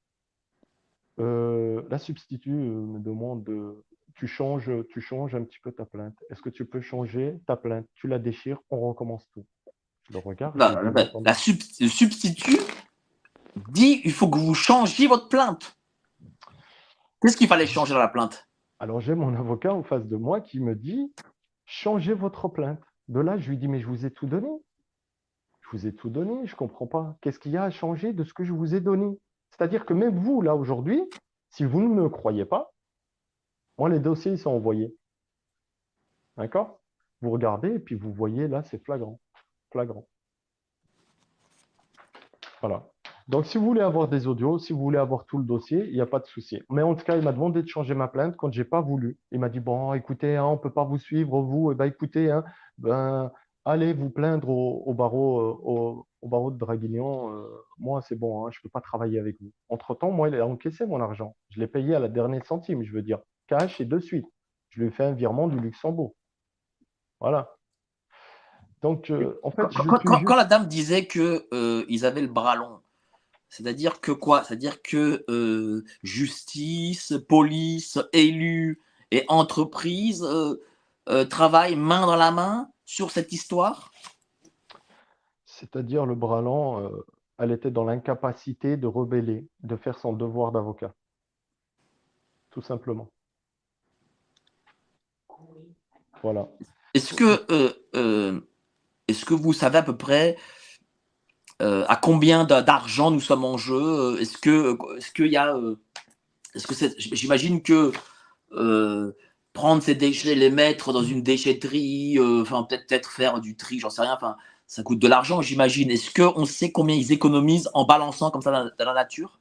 euh, la substitut euh, me demande, de, tu changes, tu changes un petit peu ta plainte. Est-ce que tu peux changer ta plainte? Tu la déchires, on recommence tout. Je le regarde, je lui La, dis, mais la- la attendez. sub- le substitut dit il faut que vous changiez votre plainte. Qu'est-ce qu'il fallait changer dans la plainte? Alors j'ai mon avocat en face de moi qui me dit, changez votre plainte. De là, je lui dis, mais je vous ai tout donné. Je vous ai tout donné, je ne comprends pas. Qu'est-ce qu'il y a à changer de ce que je vous ai donné? C'est-à-dire que même vous, là, aujourd'hui, si vous ne me croyez pas, moi, les dossiers, ils sont envoyés. D'accord? Vous regardez et puis vous voyez, là, c'est flagrant. Flagrant. Voilà. Donc, si vous voulez avoir des audios, si vous voulez avoir tout le dossier, il n'y a pas de souci. Mais en tout cas, il m'a demandé de changer ma plainte quand je n'ai pas voulu. Il m'a dit, bon, écoutez, hein, on ne peut pas vous suivre, vous. Eh ben, écoutez, hein, ben, allez vous plaindre au, au barreau, euh, au, au barreau de Draguignan. Euh, moi, c'est bon, hein, je ne peux pas travailler avec vous. Entre-temps, moi, il a encaissé mon argent. Je l'ai payé à la dernière centime, je veux dire, cash et de suite. Je lui ai fait un virement du Luxembourg. Voilà. Donc, euh, en fait, Quand, je quand- suis quand- quand juste. la dame disait que euh, ils avaient le bras long, c'est-à-dire que quoi? C'est-à-dire que euh, justice, police, élus et entreprises euh, euh, travaillent main dans la main sur cette histoire? C'est-à-dire le bras lent, euh, elle était dans l'incapacité de rebeller, de faire son devoir d'avocat, tout simplement. Voilà. Est-ce que, euh, euh, est-ce que vous savez à peu près euh, à combien d'a- d'argent nous sommes en jeu? Est-ce que, est-ce qu'il y a, euh, est-ce que c'est, j'imagine que euh, prendre ces déchets, les mettre dans une déchetterie, euh, enfin peut-être peut-être faire du tri, j'en sais rien. Enfin, ça coûte de l'argent, j'imagine. Est-ce qu'on sait combien ils économisent en balançant comme ça dans, dans la nature?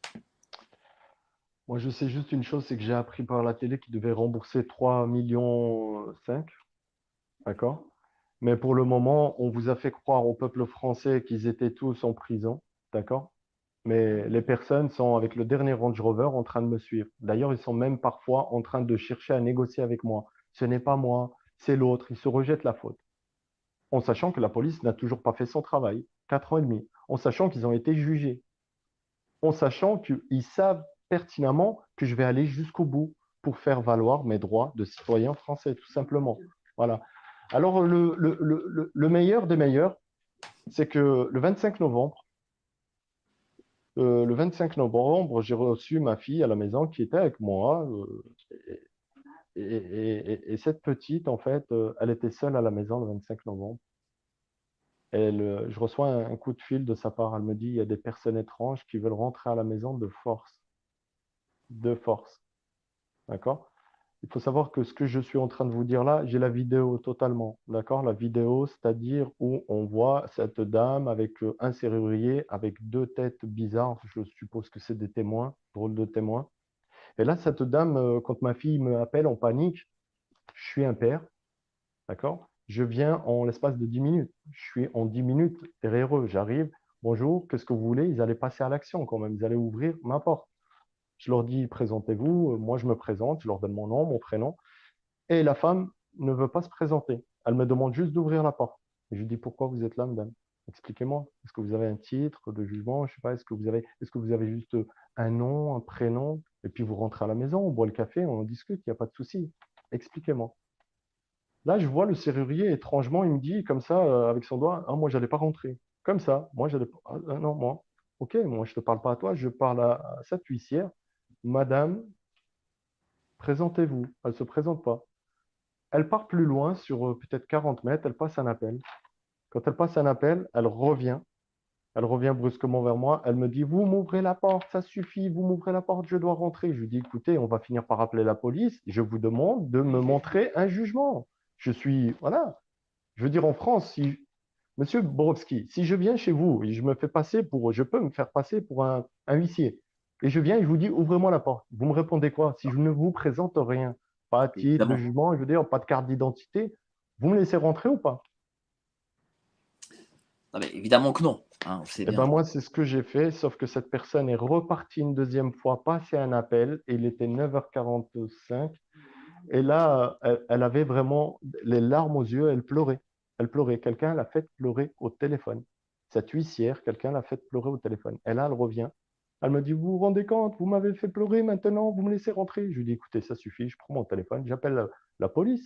Moi, je sais juste une chose, c'est que j'ai appris par la télé qu'ils devaient rembourser trois millions cinq, d'accord? Mais pour le moment, on vous a fait croire au peuple français qu'ils étaient tous en prison, d'accord? Mais les personnes sont avec le dernier Range Rover en train de me suivre. D'ailleurs, ils sont même parfois en train de chercher à négocier avec moi. Ce n'est pas moi, c'est l'autre. Ils se rejettent la faute. En sachant que la police n'a toujours pas fait son travail, quatre ans et demi, en sachant qu'ils ont été jugés, en sachant qu'ils savent pertinemment que je vais aller jusqu'au bout pour faire valoir mes droits de citoyen français, tout simplement. Voilà. Alors, le, le, le, le meilleur des meilleurs, c'est que le vingt-cinq novembre, euh, le vingt-cinq novembre, j'ai reçu ma fille à la maison qui était avec moi. Euh, et, et, et, et, cette petite, en fait, euh, elle était seule à la maison le vingt-cinq novembre. Elle, euh, je reçois un, un coup de fil de sa part. Elle me dit, il y a des personnes étranges qui veulent rentrer à la maison de force. De force. D'accord? Il faut savoir que ce que je suis en train de vous dire là, j'ai la vidéo totalement. D'accord? La vidéo, c'est-à-dire où on voit cette dame avec euh, un serrurier, avec deux têtes bizarres. Je suppose que c'est des témoins, drôle de témoins. Et là, cette dame, euh, quand ma fille me appelle en panique, je suis un père. D'accord? Je viens en l'espace de dix minutes. Je suis en dix minutes derrière eux. J'arrive. Bonjour, qu'est-ce que vous voulez? Ils allaient passer à l'action quand même. Ils allaient ouvrir ma porte. Je leur dis, présentez-vous. Moi, je me présente. Je leur donne mon nom, mon prénom. Et la femme ne veut pas se présenter. Elle me demande juste d'ouvrir la porte. Et je lui dis, pourquoi vous êtes là, madame? Expliquez-moi. Est-ce que vous avez un titre de jugement? Je ne sais pas. Est-ce que vous avez, est-ce que vous avez juste un nom, un prénom? Et puis vous rentrez à la maison, on boit le café, on en discute. Il n'y a pas de souci. Expliquez-moi. Là, je vois le serrurier, étrangement, il me dit comme ça, euh, avec son doigt, ah, moi, j'allais pas rentrer. Comme ça, moi, j'allais pas. Ah, ah, non, moi. Ok, moi, je te parle pas à toi, je parle à, à cette huissière. Madame, présentez-vous. Elle se présente pas. Elle part plus loin, sur euh, peut-être quarante mètres, elle passe un appel. Quand elle passe un appel, elle revient. Elle revient brusquement vers moi. Elle me dit, vous m'ouvrez la porte, ça suffit, vous m'ouvrez la porte, je dois rentrer. Je lui dis, écoutez, on va finir par appeler la police. Je vous demande de me montrer un jugement. Je suis, voilà. Je veux dire, en France, si, Monsieur Borowski, si je viens chez vous et je me fais passer pour, je peux me faire passer pour un, un huissier, et je viens et je vous dis, ouvrez-moi la porte. Vous me répondez quoi? Si je ne vous présente rien, pas de titre de Évidemment. jugement, je veux dire, pas de carte d'identité, vous me laissez rentrer ou pas? Non, mais évidemment que non, hein, on sait Eh ben bien. moi, c'est ce que j'ai fait, sauf que cette personne est repartie une deuxième fois, passer un appel, et il était neuf heures quarante-cinq. Et là, elle, elle avait vraiment les larmes aux yeux, elle pleurait. Elle pleurait. Quelqu'un l'a fait pleurer au téléphone. Cette huissière, quelqu'un l'a fait pleurer au téléphone. Et là, elle revient. Elle me dit, vous vous rendez compte, vous m'avez fait pleurer maintenant, vous me laissez rentrer. Je lui dis, écoutez, ça suffit, je prends mon téléphone, j'appelle la, la police.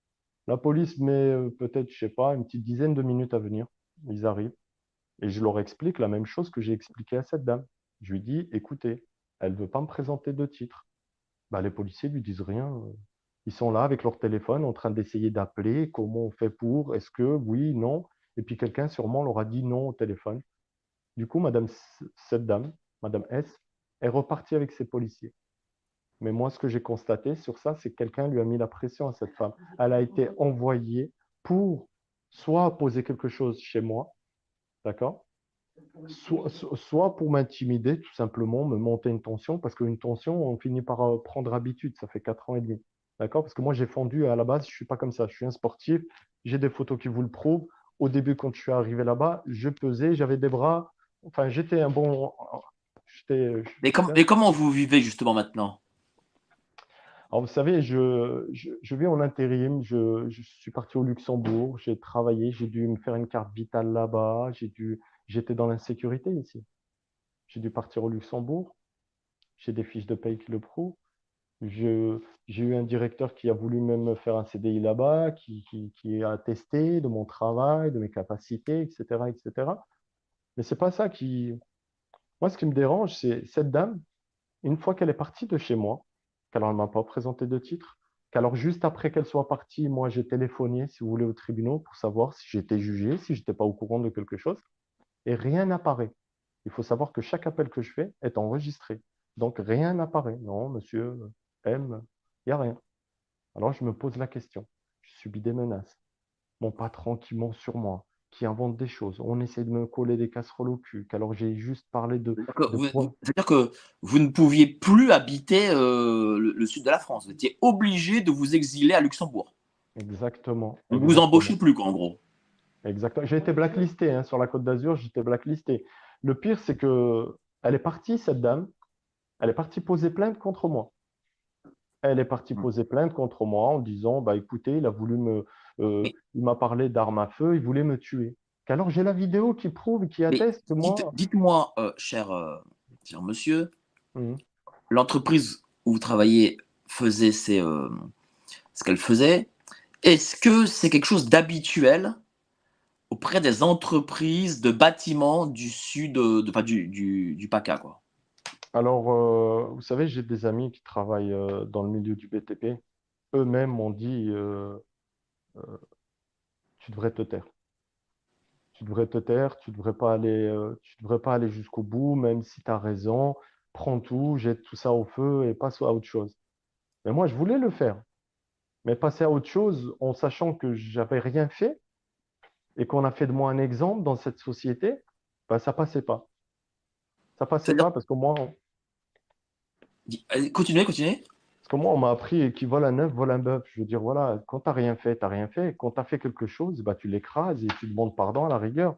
La police met euh, peut-être, je sais pas, une petite dizaine de minutes à venir. Ils arrivent. Et je leur explique la même chose que j'ai expliqué à cette dame. Je lui dis, écoutez, elle ne veut pas me présenter de titre. Bah, les policiers ne lui disent rien. Ils sont là avec leur téléphone en train d'essayer d'appeler. Comment on fait pour? Est-ce que oui, non? Et puis quelqu'un sûrement leur a dit non au téléphone. Du coup, Madame, cette dame, Madame S, est repartie avec ses policiers. Mais moi, ce que j'ai constaté sur ça, c'est que quelqu'un lui a mis la pression à cette femme. Elle a été envoyée pour soit poser quelque chose chez moi, d'accord? Soit, soit pour m'intimider, tout simplement, me monter une tension, parce qu'une tension, on finit par euh, prendre habitude, ça fait quatre ans et demi. D'accord? Parce que moi, j'ai fondu à la base, je ne suis pas comme ça, je suis un sportif, j'ai des photos qui vous le prouvent. Au début, quand je suis arrivé là-bas, je pesais, j'avais des bras, enfin, j'étais un bon. J'étais, Mais, com- j'étais un- mais comment vous vivez justement maintenant? Alors, vous savez, je, je, je vis en intérim, je, je suis parti au Luxembourg, j'ai travaillé, j'ai dû me faire une carte vitale là-bas, j'ai dû, j'étais dans l'insécurité ici. J'ai dû partir au Luxembourg. J'ai des fiches de paye qui le prouvent. Je, j'ai eu un directeur qui a voulu même me faire un C D I là-bas, qui, qui, qui a attesté de mon travail, de mes capacités, et cetera, et cetera. Mais c'est pas ça qui. Moi, ce qui me dérange, c'est cette dame, une fois qu'elle est partie de chez moi, qu'elle ne m'a pas présenté de titre, qu'alors juste après qu'elle soit partie, moi, j'ai téléphoné, si vous voulez, au tribunal pour savoir si j'étais jugé, si je n'étais pas au courant de quelque chose, et rien n'apparaît. Il faut savoir que chaque appel que je fais est enregistré. Donc, rien n'apparaît. Non, monsieur M, il n'y a rien. Alors, je me pose la question. Je subis des menaces. Mon patron qui ment sur moi, qui invente des choses. On essaie de me coller des casseroles au cul, qu'alors j'ai juste parlé de, C'est-à-dire que de vous, points. c'est-à-dire que vous ne pouviez plus habiter euh, le, le sud de la France. Vous étiez obligé de vous exiler à Luxembourg. Exactement, On ne vous exactement, embauchez plus, quoi, en gros. exactement. J'ai été blacklisté hein, sur la Côte d'Azur, j'étais blacklisté. Le pire, c'est que elle est partie, cette dame, elle est partie poser plainte contre moi. Elle est partie poser plainte contre moi en disant, bah écoutez, il a voulu me, euh, Mais, il m'a parlé d'armes à feu, il voulait me tuer. Qu'alors j'ai la vidéo qui prouve, qui mais atteste que dites, moi, dites-moi, euh, cher, euh, cher monsieur, hum, l'entreprise où vous travaillez faisait ses, euh, ce qu'elle faisait. Est-ce que c'est quelque chose d'habituel auprès des entreprises de bâtiments du sud, de, de- enfin, du, du, du PACA, quoi? alors euh, vous savez, j'ai des amis qui travaillent euh, dans le milieu du B T P. Eux-mêmes m'ont dit, euh, tu devrais te taire. Tu devrais te taire, tu devrais pas aller, euh, tu devrais pas aller jusqu'au bout, même si tu as raison. Prends tout, jette tout ça au feu et passe à autre chose. Mais moi, je voulais le faire. Mais passer à autre chose en sachant que j'avais rien fait et qu'on a fait de moi un exemple dans cette société, bah, ça passait pas. Ça passait C'est-à-dire, pas parce que moi, allez, continuez, continuez. parce que moi, on m'a appris qui vole un œuf, vole un bœuf. Je veux dire, voilà, quand tu n'as rien fait, tu n'as rien fait. Quand tu as fait quelque chose, bah, tu l'écrases et tu demandes pardon à la rigueur.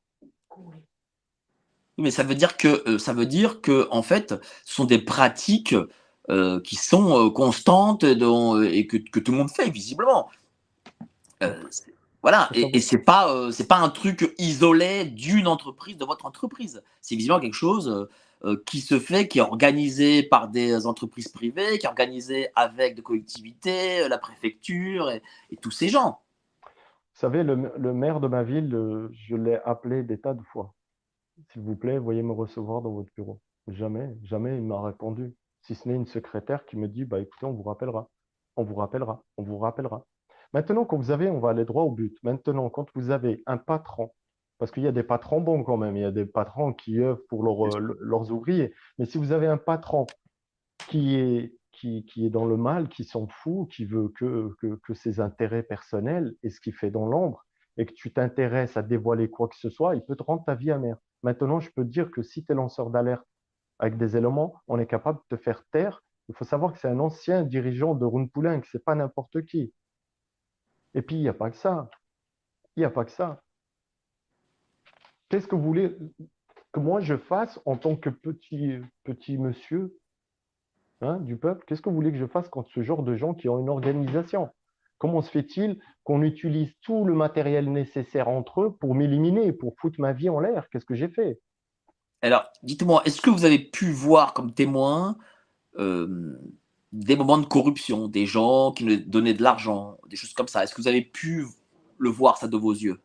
Oui, mais ça veut dire que, euh, ça veut dire que, en fait, ce sont des pratiques euh, qui sont euh, constantes et, dont, euh, et que, que tout le monde fait, visiblement. Euh, c'est- voilà, Parce et, et qu'en- c'est pas, euh, c'est pas un truc isolé d'une entreprise, de votre entreprise. C'est visiblement quelque chose euh, qui se fait, qui est organisé par des entreprises privées, qui est organisé avec des collectivités, la préfecture et, et tous ces gens. Vous savez, le, le maire de ma ville, euh, je l'ai appelé des tas de fois. S'il vous plaît, veuillez me recevoir dans votre bureau. Jamais, jamais il m'a répondu. Si ce n'est une secrétaire qui me dit, bah écoutez, on vous rappellera, on vous rappellera, on vous rappellera. Maintenant, quand vous avez, on va aller droit au but. Maintenant, quand vous avez un patron, parce qu'il y a des patrons bons quand même, il y a des patrons qui œuvrent pour leur, euh, leurs ouvriers. Mais si vous avez un patron qui est, qui, qui est dans le mal, qui s'en fout, qui veut que, que, que ses intérêts personnels et ce qu'il fait dans l'ombre, et que tu t'intéresses à dévoiler quoi que ce soit, il peut te rendre ta vie amère. Maintenant, je peux te dire que si tu es lanceur d'alerte avec des éléments, on est capable de te faire taire. Il faut savoir que c'est un ancien dirigeant de Rundpoulenc, ce n'est pas n'importe qui. Et puis, il n'y a pas que ça. Il n'y a pas que ça. Qu'est-ce que vous voulez que moi je fasse en tant que petit, petit monsieur, hein, du peuple? Qu'est-ce que vous voulez que je fasse contre ce genre de gens qui ont une organisation? Comment se fait-il qu'on utilise tout le matériel nécessaire entre eux pour m'éliminer, pour foutre ma vie en l'air? Qu'est-ce que j'ai fait? Alors, dites-moi, est-ce que vous avez pu voir comme témoin euh, des moments de corruption, des gens qui nous donnaient de l'argent, des choses comme ça? Est-ce que vous avez pu le voir, ça, de vos yeux?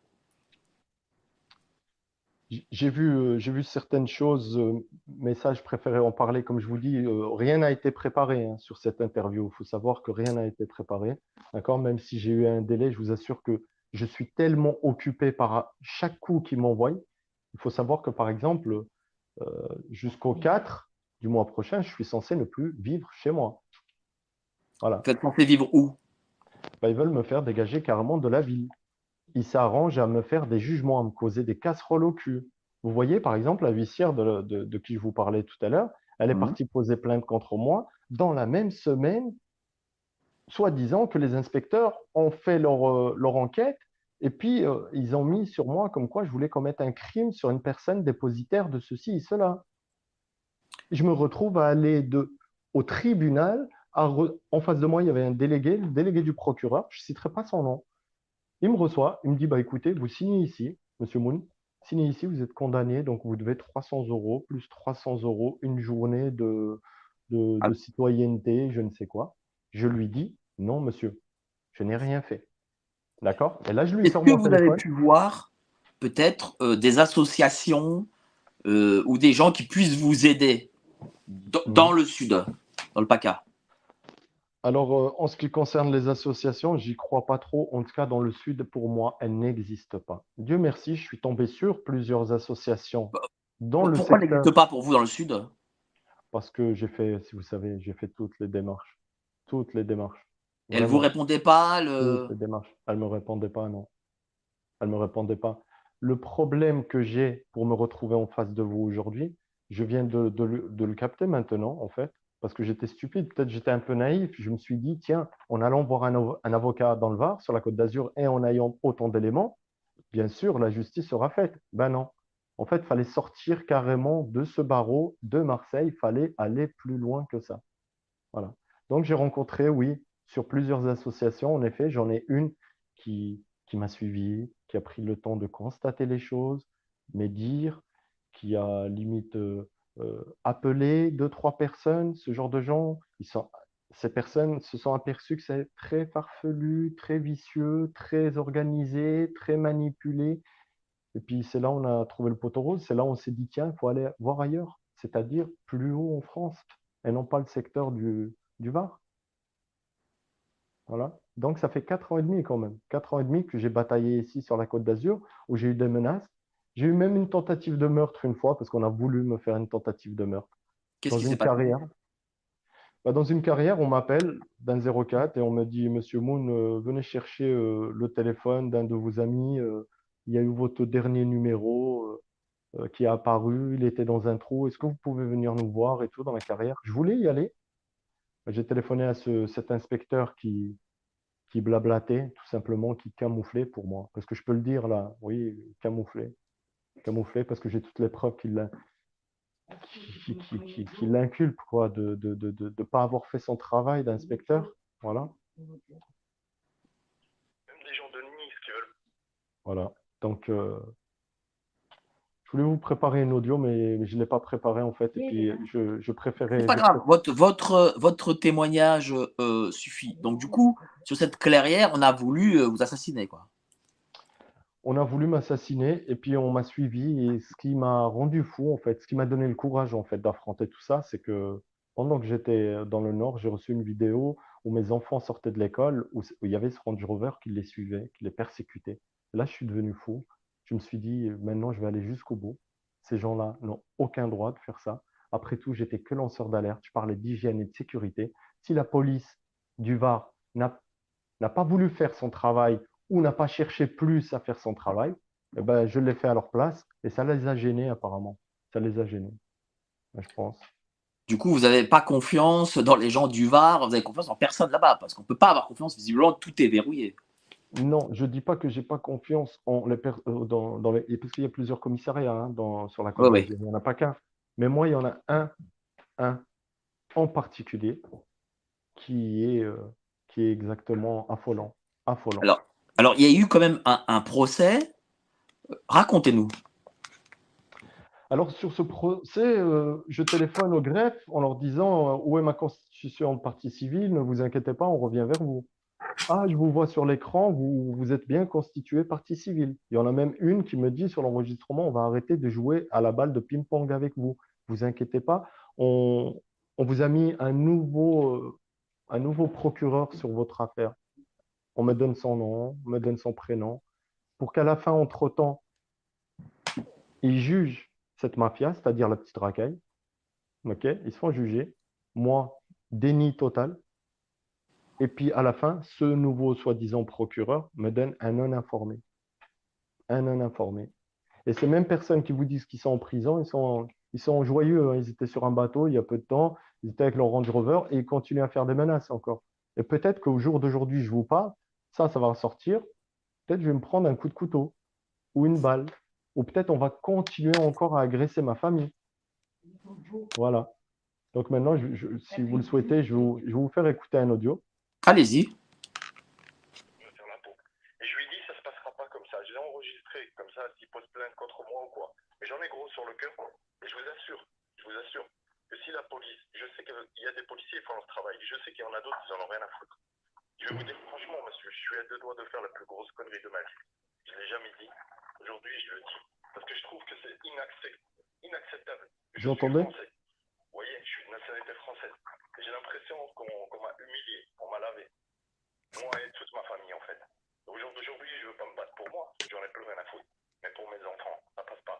J'ai vu, euh, j'ai vu certaines choses, euh, mais ça, je préférais en parler. Comme je vous dis, euh, rien n'a été préparé hein, sur cette interview. Il faut savoir que rien n'a été préparé. D'accord? Même si j'ai eu un délai, je vous assure que je suis tellement occupé par chaque coup qu'ils m'envoient. Il faut savoir que, par exemple, euh, jusqu'au quatre du mois prochain, je suis censé ne plus vivre chez moi. Voilà. Vous êtes censé vivre où? Ben, ils veulent me faire dégager carrément de la ville. Ils s'arrangent à me faire des jugements, à me causer des casseroles au cul. Vous voyez, par exemple, la huissière de, de- de qui je vous parlais tout à l'heure, elle est Mmh. partie poser plainte contre moi dans la même semaine, soi-disant que les inspecteurs ont fait leur, euh, leur enquête et puis euh, ils ont mis sur moi comme quoi je voulais commettre un crime sur une personne dépositaire de ceci et cela. Je me retrouve à aller de, au tribunal. À re- en face de moi, il y avait un délégué, le délégué du procureur, je ne citerai pas son nom. Il me reçoit, il me dit, bah, écoutez, vous signez ici, Monsieur Moon, signez ici, vous êtes condamné, donc vous devez trois cents euros, plus trois cents euros, une journée de, de, Ah, de citoyenneté, je ne sais quoi. Je lui dis, non, monsieur, je n'ai rien fait. D'accord? Et là, je lui est-ce sors que mon vous avez téléphone. pu voir peut-être euh, des associations euh, ou des gens qui puissent vous aider d- dans Mhm. le sud, dans le PACA? Alors, euh, en ce qui concerne les associations, j'y crois pas trop. En tout cas, dans le Sud, pour moi, elles n'existent pas. Dieu merci, je suis tombé sur plusieurs associations dans le Pourquoi secteur n'existe pas pour vous dans le sud? parce que j'ai fait, si vous savez, j'ai fait toutes les démarches. Toutes les démarches. Elle vous Vraiment, répondait pas toutes le... les démarches. Elle ne me répondait pas, non. Elle ne me répondait pas. Le problème que j'ai pour me retrouver en face de vous aujourd'hui, je viens de, de le, de le capter maintenant, en fait, parce que j'étais stupide. Peut-être j'étais un peu naïf. Je me suis dit, tiens, en allant voir un, avo- un avocat dans le Var, sur la Côte d'Azur, et en ayant autant d'éléments, bien sûr, la justice sera faite. Ben non. En fait, il fallait sortir carrément de ce barreau de Marseille. Il fallait aller plus loin que ça. Voilà. Donc, j'ai rencontré, oui, sur plusieurs associations. En effet, j'en ai une qui, qui m'a suivi, qui a pris le temps de constater les choses, me dire, qui a limite euh, euh, appelé deux, trois personnes, ce genre de gens. Ils sont, ces personnes se sont aperçues que c'est très farfelu, très vicieux, très organisé, très manipulé. Et puis, c'est là où on a trouvé le poteau rose. C'est là où on s'est dit, tiens, il faut aller voir ailleurs, c'est-à-dire plus haut en France, et non pas le secteur du, du Var. Voilà. Donc, ça fait quatre ans et demi quand même. Quatre ans et demi que j'ai bataillé ici sur la Côte d'Azur, où j'ai eu des menaces. J'ai eu même une tentative de meurtre une fois, parce qu'on a voulu me faire une tentative de meurtre. Qu'est-ce Dans qui s'est une passé? carrière. Bah, dans une carrière, on m'appelle d'un zéro quatre et on me dit, Monsieur Moon, euh, venez chercher euh, le téléphone d'un de vos amis. euh, il y a eu votre dernier numéro. euh, euh, qui est apparu, il était dans un trou, est-ce que vous pouvez venir nous voir et tout dans la carrière? Je voulais y aller. J'ai téléphoné à ce, cet inspecteur qui, qui blablatait, tout simplement, qui camouflait pour moi. Parce que je peux le dire là, oui, camouflé. Camouflé parce que j'ai toutes les preuves qui l'in- qui, qui, qui, qui l'inculpent, quoi, de ne de, de, de, de pas avoir fait son travail d'inspecteur. Voilà. Voilà. Donc, euh, Je voulais vous préparer un audio, mais, mais je ne l'ai pas préparé en fait. Et puis, je, je C'est préférais. pas Je grave, préfère... votre, votre, votre témoignage euh, suffit. Donc, du coup, sur cette clairière, on a voulu euh, vous assassiner, quoi. On a voulu m'assassiner et puis on m'a suivi. Et ce qui m'a rendu fou, en fait, ce qui m'a donné le courage en fait d'affronter tout ça, c'est que pendant que j'étais dans le Nord, j'ai reçu une vidéo où mes enfants sortaient de l'école, où, où il y avait ce Range Rover qui les suivait, qui les persécutait. Là, je suis devenu fou. Je me suis dit, maintenant, je vais aller jusqu'au bout. Ces gens-là n'ont aucun droit de faire ça. Après tout, j'étais que lanceur d'alerte. Je parlais d'hygiène et de sécurité. Si la police du Var n'a n'a pas voulu faire son travail ou n'a pas cherché plus à faire son travail, eh ben, je l'ai fait à leur place et ça les a gênés apparemment. Ça les a gênés, je pense. Du coup, vous n'avez pas confiance dans les gens du Var, vous avez confiance en personne là-bas, parce qu'on ne peut pas avoir confiance, visiblement, tout est verrouillé. Non, je ne dis pas que j'ai pas confiance en les euh, dans, dans les, parce qu'il y a plusieurs commissariats hein, dans, sur la Côte Oui, oui. d'Azur. Il n'y en a pas qu'un. Mais moi, il y en a un, un en particulier qui est, euh, qui est exactement affolant. affolant. Alors, alors, il y a eu quand même un, un procès. Racontez-nous. Alors, sur ce procès, euh, je téléphone au greffe en leur disant euh, où est ma constitution de partie civile, ne vous inquiétez pas, on revient vers vous. Ah, je vous vois sur l'écran, vous, vous êtes bien constitué partie civile. Il y en a même une qui me dit sur l'enregistrement, on va arrêter de jouer à la balle de ping-pong avec vous. Vous inquiétez pas, on, on vous a mis un nouveau, euh, un nouveau procureur sur votre affaire. On me donne son nom, on me donne son prénom, pour qu'à la fin, entre-temps, ils jugent cette mafia, c'est-à-dire la petite racaille. Ok, ils se font juger. Moi, déni total. Et puis à la fin, ce nouveau soi-disant procureur me donne un non informé. Un non informé. Et ces mêmes personnes qui vous disent qu'ils sont en prison, ils sont, ils sont joyeux. Hein. Ils étaient sur un bateau il y a peu de temps, ils étaient avec leur Range Rover et ils continuent à faire des menaces encore. Et peut-être qu'au jour d'aujourd'hui, je vous parle, ça, ça va ressortir. Peut-être je vais me prendre un coup de couteau ou une balle. Ou peut-être on va continuer encore à agresser ma famille. Voilà. Donc maintenant, je- je- si vous le souhaitez, je vais vous, je vais vous faire écouter un audio. Allez-y. me faire la peau. Et je lui dis, ça se passera pas comme ça. Je l'ai enregistré, comme ça, s'il pose plainte contre moi ou quoi. Mais j'en ai gros sur le cœur. Et je vous assure, je vous assure, que si la police, je sais qu'il y a des policiers qui font leur travail, je sais qu'il y en a d'autres qui en ont rien à foutre. Je vais vous dire franchement, monsieur, je suis à deux doigts de faire la plus grosse connerie de ma vie. Je ne l'ai jamais dit. Aujourd'hui, je le dis. Parce que je trouve que c'est inacceptable. inacceptable. Je Vous entendez? suis français. Vous voyez, je suis de nationalité française. Et j'ai l'impression qu'on qu'on m'a humilié, on m'a lavé. Moi et toute ma famille, en fait. Au jour d'aujourd'hui, je ne veux pas me battre pour moi, j'en ai plus rien à foutre. Mais pour mes enfants, ça passe pas.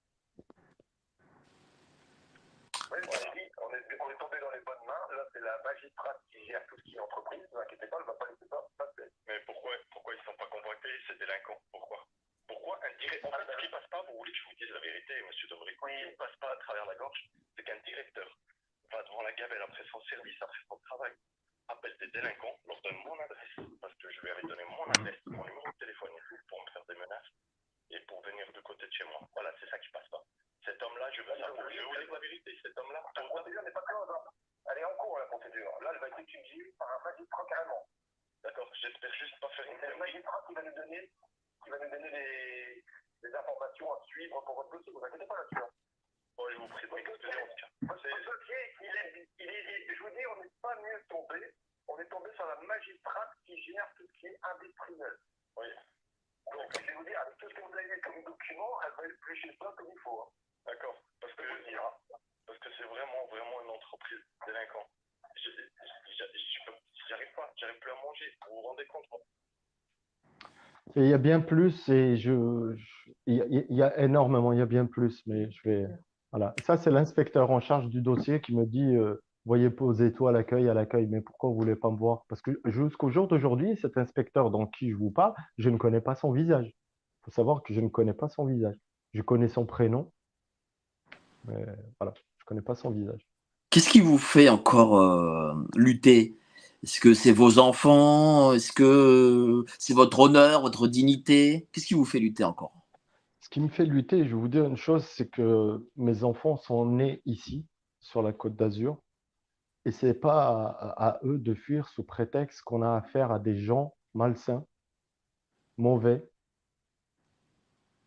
Oui, voilà. Dit, on, est, on est tombé dans les bonnes mains. Là, c'est la magistrate qui gère tout ce qui est entreprise. Ne vous inquiétez pas, elle ne va pas laisser ça passer. Mais pourquoi, pourquoi ils ne sont pas convoqués, ces délinquants? Pourquoi? Pourquoi un directeur? En fait, ce qui ne passe pas, vous voulez que je vous dise la vérité, monsieur Dobry, oui. Ce qui ne passe pas à travers la gorge, c'est qu'un directeur va devant la gamelle après son service, après son travail, appelle des délinquants, leur donne mon adresse, parce que je lui avais donné mon adresse, mon numéro de téléphone et tout, pour me faire des menaces, et pour venir de côté de chez moi. Voilà, c'est ça qui passe pas. Cet homme-là, je veux savoir, je vais vous dire la vérité, cet homme-là... La procédure n'est pas close, hein. Elle est en cours, la procédure. Là, elle va être étudiée par un magistrat carrément. D'accord, j'espère juste pas faire une... C'est le magistrat qui va nous donner, qui va nous donner des, des informations à suivre pour votre dossier, vous inquiétez pas là-dessus. Hein. Bon, je vous prie de m'excuser en tout cas. Votre dossier, il est, il est, je vous dis, on n'est pas mieux tombé. On est tombé sur la magistrate qui gère tout ce qui est industriel. Oui. Donc, je vais vous dire, avec tout ce que vous avez comme document, elle va éplucher ça comme il faut. Hein. D'accord. Parce que je veux dire, parce que c'est vraiment, vraiment une entreprise délinquante. Je, je, je, je, j'arrive pas, j'arrive plus à manger. Vous vous rendez compte? Et il y a bien plus, et je, je- il y a, il y a énormément, il y a bien plus, mais je vais, voilà. Ça, c'est l'inspecteur en charge du dossier qui me dit, euh, voyez poser tout à l'accueil, à l'accueil, mais pourquoi vous voulez pas me voir? Parce que jusqu'au jour d'aujourd'hui, cet inspecteur dont qui je vous parle, je ne connais pas son visage. Il faut savoir que je ne connais pas son visage. Je connais son prénom, mais voilà, je ne connais pas son visage. Qu'est-ce qui vous fait encore euh, lutter? Est-ce que c'est vos enfants? Est-ce que c'est votre honneur, votre dignité? Qu'est-ce qui vous fait lutter encore? Ce qui me fait lutter, je vais vous dire une chose, c'est que mes enfants sont nés ici, sur la Côte d'Azur. Et ce n'est pas à, à eux de fuir sous prétexte qu'on a affaire à des gens malsains, mauvais,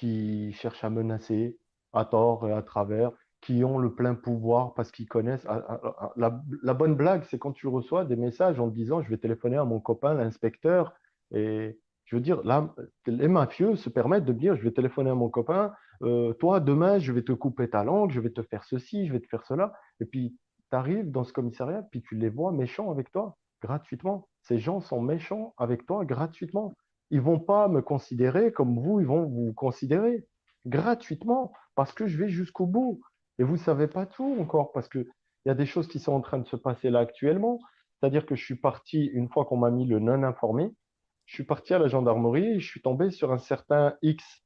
qui cherchent à menacer à tort et à travers, qui ont le plein pouvoir parce qu'ils connaissent. ah, ah, ah, La, la bonne blague, c'est quand tu reçois des messages en te disant, je vais téléphoner à mon copain, l'inspecteur, et je veux dire, là, les mafieux se permettent de dire, je vais téléphoner à mon copain, euh, toi, demain, je vais te couper ta langue, je vais te faire ceci, je vais te faire cela. Et puis, tu arrives dans ce commissariat, puis tu les vois méchants avec toi, gratuitement. Ces gens sont méchants avec toi gratuitement. Ils vont pas me considérer comme vous, ils vont vous considérer gratuitement parce que je vais jusqu'au bout. Et vous ne savez pas tout encore parce qu'il y a des choses qui sont en train de se passer là actuellement. C'est-à-dire que je suis parti, une fois qu'on m'a mis le non informé, je suis parti à la gendarmerie et je suis tombé sur un certain X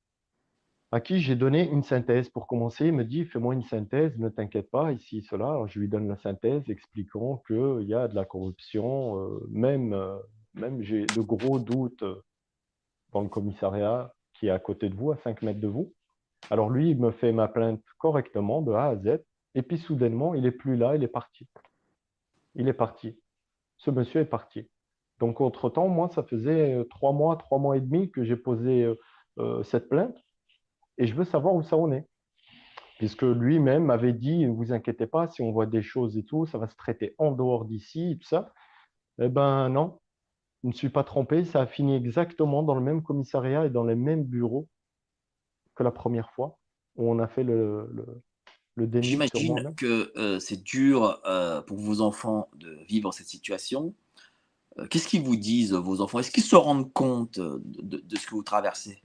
à qui j'ai donné une synthèse pour commencer. Il me dit, fais-moi une synthèse, ne t'inquiète pas, ici, cela. Alors, je lui donne la synthèse expliquant qu'il y a de la corruption, euh, même, euh, même j'ai de gros doutes euh, dans le commissariat qui est à côté de vous, à cinq mètres de vous. Alors lui, il me fait ma plainte correctement de A à Z. Et puis soudainement, il n'est plus là, il est parti. Il est parti. Ce monsieur est parti. Donc, entre-temps, moi, ça faisait euh, trois mois, trois mois et demi que j'ai posé euh, euh, cette plainte et je veux savoir où ça en est. Puisque lui-même m'avait dit, ne vous inquiétez pas, si on voit des choses et tout, ça va se traiter en dehors d'ici et tout ça. Eh ben non, je ne suis pas trompé, ça a fini exactement dans le même commissariat et dans les mêmes bureaux que la première fois où on a fait le, le, le déni sur J'imagine moi-même. que euh, c'est dur euh, pour vos enfants de vivre cette situation. Euh, Qu'est-ce qu'ils vous disent, vos enfants? Est-ce qu'ils se rendent compte euh, de, de ce que vous traversez?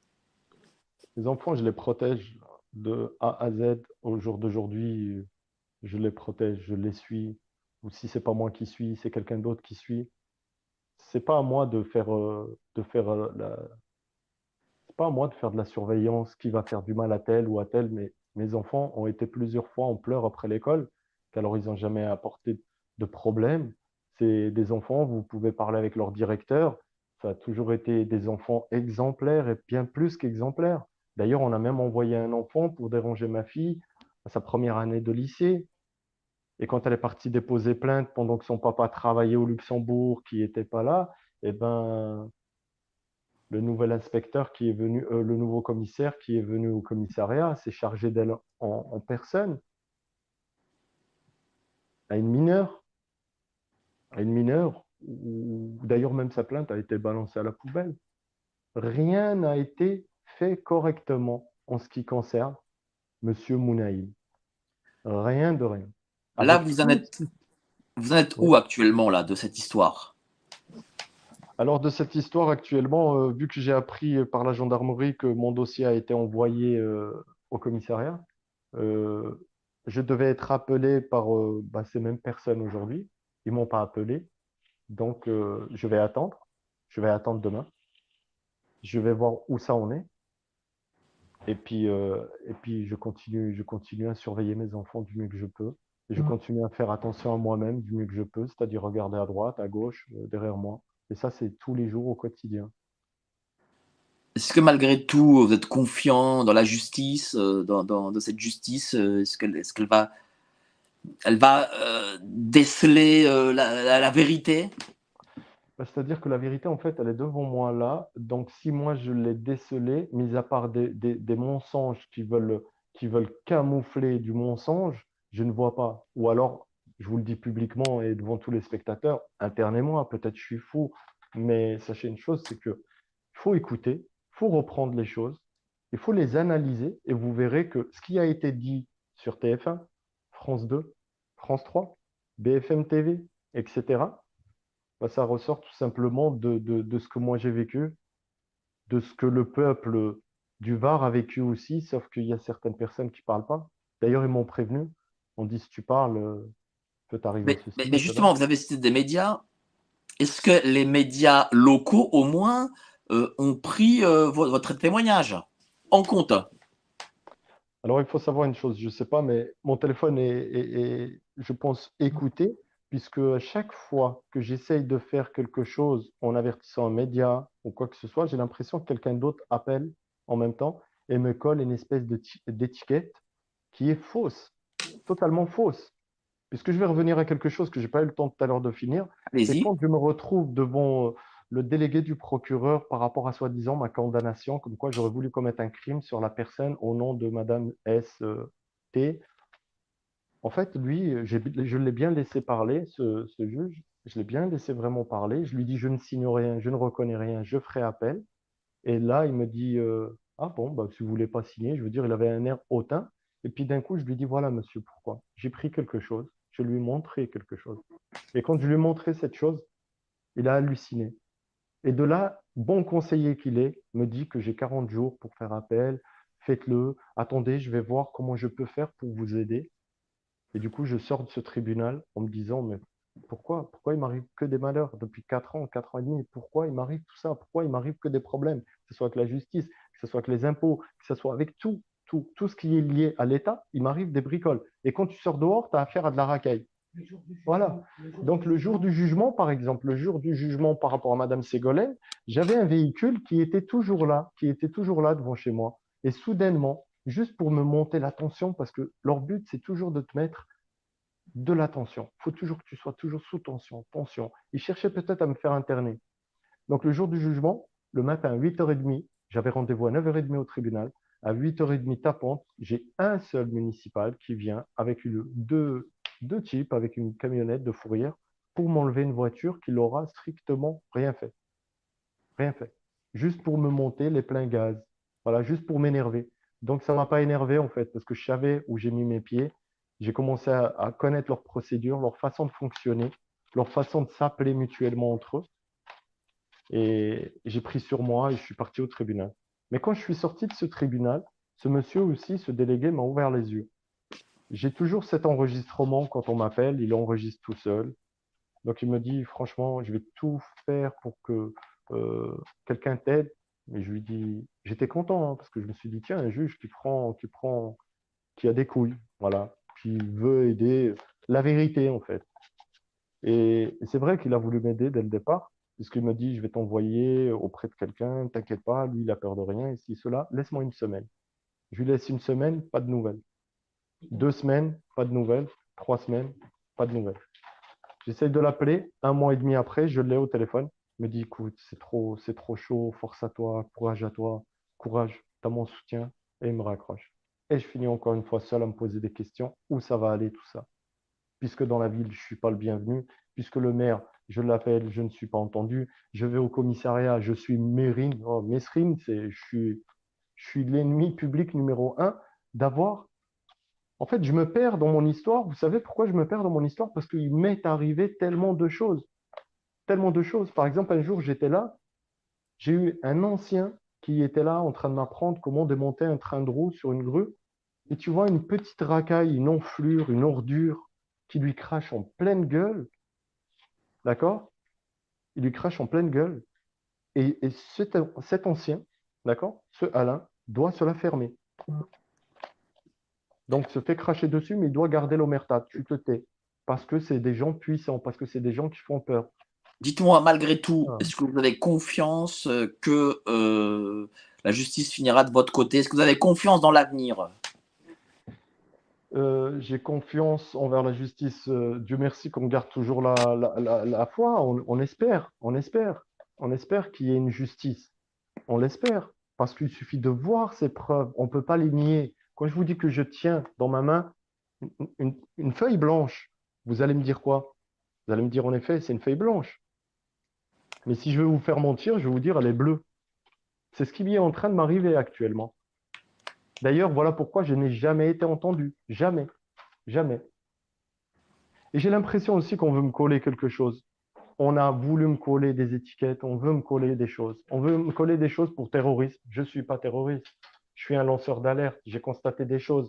Les enfants, je les protège de A à Z. Au jour d'aujourd'hui, je les protège, je les suis. Ou si c'est pas moi qui suis, c'est quelqu'un d'autre qui suit. C'est pas à moi de faire, euh, de faire euh, la... c'est pas à moi de faire de la surveillance qui va faire du mal à tel ou à tel, mais mes enfants ont été plusieurs fois en pleurs après l'école, qu'alors ils n'ont jamais apporté de problème. C'est des enfants, vous pouvez parler avec leur directeur, ça a toujours été des enfants exemplaires et bien plus qu'exemplaires. D'ailleurs, on a même envoyé un enfant pour déranger ma fille à sa première année de lycée. Et quand elle est partie déposer plainte pendant que son papa travaillait au Luxembourg, qui n'était pas là, eh ben, le nouvel inspecteur qui est venu, euh, le nouveau commissaire qui est venu au commissariat s'est chargé d'elle en, en personne, à une mineure, à une mineure, où d'ailleurs même sa plainte a été balancée à la poubelle. Rien n'a été fait correctement en ce qui concerne Monsieur Mounaïm. Rien de rien. Là, Avec vous en tout. êtes, vous en êtes Oui. où actuellement là, de cette histoire? Alors de cette histoire actuellement, euh, vu que j'ai appris par la gendarmerie que mon dossier a été envoyé euh, au commissariat, euh, je devais être appelé par euh, bah, ces mêmes personnes aujourd'hui. Ils m'ont pas appelé, donc euh, je vais attendre. Je vais attendre demain. Je vais voir où ça en est. Et puis, euh, et puis je continue, je continue à surveiller mes enfants du mieux que je peux. Et je continue à faire attention à moi-même du mieux que je peux, c'est-à-dire regarder à droite, à gauche, euh, derrière moi. Et ça, c'est tous les jours au quotidien. Est-ce que malgré tout, vous êtes confiant dans la justice, euh, dans, dans, dans cette justice? euh, Est-ce qu'elle est qu'elle va, elle va euh, déceler euh, la, la, la vérité? Bah, c'est-à-dire que la vérité, en fait, elle est devant moi là. Donc, si moi je l'ai décelée, mis à part des, des- des mensonges qui veulent, qui veulent camoufler du mensonge, je ne vois pas. Ou alors, je vous le dis publiquement et devant tous les spectateurs, internez-moi, peut-être je suis fou, mais sachez une chose, c'est que il faut écouter, il faut reprendre les choses, il faut les analyser et vous verrez que ce qui a été dit sur T F un, France deux, France trois, B F M T V, et cetera, bah, ça ressort tout simplement de, de, de ce que moi j'ai vécu, de ce que le peuple du Var a vécu aussi, sauf qu'il y a certaines personnes qui ne parlent pas. D'ailleurs, ils m'ont prévenu. On dit, si tu parles, euh, peut arriver mais, mais, ceci mais et cela. justement, vous avez cité des médias. Est-ce que les médias locaux, au moins, euh, ont pris euh, vo- votre témoignage en compte? Alors, il faut savoir une chose, je ne sais pas, mais mon téléphone est, est- est, je pense, écouté, puisque à chaque fois que j'essaye de faire quelque chose en avertissant un média ou quoi que ce soit, j'ai l'impression que quelqu'un d'autre appelle en même temps et me colle une espèce de ti- d'étiquette qui est fausse, totalement fausse. Puisque je vais revenir à quelque chose que je n'ai pas eu le temps tout à l'heure de finir, c'est Allez-y. quand je me retrouve devant, le délégué du procureur par rapport à soi-disant ma condamnation, comme quoi j'aurais voulu commettre un crime sur la personne au nom de Madame S. euh, T. En fait, lui, j'ai- je l'ai bien laissé parler, ce, ce juge. Je l'ai bien laissé vraiment parler. Je lui dis, je ne signe rien, je ne reconnais rien, je ferai appel. Et là, il me dit, euh, ah bon, bah, si vous voulez pas signer, je veux dire, il avait un air hautain. Et puis d'un coup, je lui dis, voilà, monsieur, pourquoi? J'ai pris quelque chose, je lui ai montré quelque chose. Et quand je lui ai montré cette chose, il a halluciné. Et de là, bon conseiller qu'il est, me dit que j'ai quarante jours pour faire appel, faites-le, attendez, je vais voir comment je peux faire pour vous aider. Et du coup, je sors de ce tribunal en me disant, mais pourquoi? Pourquoi il m'arrive que des malheurs depuis quatre ans, quatre ans et demi? Pourquoi il m'arrive tout ça? Pourquoi il m'arrive que des problèmes? Que ce soit avec la justice, que ce soit avec les impôts, que ce soit avec tout, tout, tout ce qui est lié à l'État, il m'arrive des bricoles. Et quand tu sors dehors, tu as affaire à de la racaille. Voilà. Donc, le jour du jugement, par exemple, le jour du jugement par rapport à Madame Ségolène, j'avais un véhicule qui était toujours là, qui était toujours là devant chez moi. Et soudainement, juste pour me monter la tension, parce que leur but, c'est toujours de te mettre de la tension. Il faut toujours que tu sois toujours sous tension, tension. Ils cherchaient peut-être à me faire interner. Donc, le jour du jugement, le matin à huit heures trente, j'avais rendez-vous à neuf heures trente au tribunal. À huit heures trente tapante, j'ai un seul municipal qui vient avec une, deux, deux types avec une camionnette de fourrière pour m'enlever une voiture qui n'aura strictement rien fait. Rien fait. Juste pour me monter les pleins gaz. Voilà, juste pour m'énerver. Donc, ça ne m'a pas énervé, en fait, parce que je savais où j'ai mis mes pieds. J'ai commencé à, à connaître leurs procédures, leur façon de fonctionner, leur façon de s'appeler mutuellement entre eux. Et j'ai pris sur moi et je suis parti au tribunal. Mais quand je suis sorti de ce tribunal, ce monsieur aussi, ce délégué, m'a ouvert les yeux. J'ai toujours cet enregistrement quand on m'appelle, il enregistre tout seul. Donc il me dit, franchement, je vais tout faire pour que euh, quelqu'un t'aide. Mais je lui dis, j'étais content hein, parce que je me suis dit, tiens, un juge qui prend, qui prend, qui a des couilles, voilà, qui veut aider la vérité en fait. Et, et c'est vrai qu'il a voulu m'aider dès le départ, puisqu'il me dit, je vais t'envoyer auprès de quelqu'un, t'inquiète pas, lui, il a peur de rien, ici, cela, laisse-moi une semaine. Je lui laisse une semaine, pas de nouvelles. Deux semaines, pas de nouvelles. Trois semaines, pas de nouvelles. J'essaye de l'appeler, un mois et demi après, je l'ai au téléphone. Il me dit, écoute, c'est trop, c'est trop chaud, force à toi, courage à toi, courage, t'as mon soutien, et il me raccroche. Et je finis encore une fois seul à me poser des questions, où ça va aller tout ça? Puisque dans la ville, je ne suis pas le bienvenu, puisque le maire, je l'appelle, je ne suis pas entendu, je vais au commissariat, je suis Mérine, oh, Mesrine, c'est, je suis, je suis l'ennemi public numéro un d'avoir. En fait, je me perds dans mon histoire. Vous savez pourquoi je me perds dans mon histoire? Parce qu'il m'est arrivé tellement de choses, tellement de choses. Par exemple, un jour, j'étais là, j'ai eu un ancien qui était là en train de m'apprendre comment démonter un train de roue sur une grue. Et tu vois une petite racaille, une enflure, une ordure qui lui crache en pleine gueule, d'accord? Il lui crache en pleine gueule. Et, et cet, cet ancien, d'accord? Ce Alain doit se la fermer. Donc, se fait cracher dessus, mais il doit garder l'omerta. Tu te tais. Parce que c'est des gens puissants, parce que c'est des gens qui font peur. Dites-moi, malgré tout, Ah. est-ce que vous avez confiance euh, que euh, la justice finira de votre côté? Est-ce que vous avez confiance dans l'avenir? Euh, j'ai confiance envers la justice. Euh, Dieu merci qu'on garde toujours la, la, la, la foi. On, on espère, on espère, on espère qu'il y ait une justice. On l'espère. Parce qu'il suffit de voir ces preuves. On ne peut pas les nier. Quand je vous dis que je tiens dans ma main une, une- une feuille blanche, vous allez me dire quoi? Vous allez me dire en effet, c'est une feuille blanche. Mais si je veux vous faire mentir, je vais vous dire, elle est bleue. C'est ce qui est en train de m'arriver actuellement. D'ailleurs, voilà pourquoi je n'ai jamais été entendu. Jamais. Jamais. Et j'ai l'impression aussi qu'on veut me coller quelque chose. On a voulu me coller des étiquettes, on veut me coller des choses. On veut me coller des choses pour terrorisme. Je ne suis pas terroriste. Je suis un lanceur d'alerte. J'ai constaté des choses.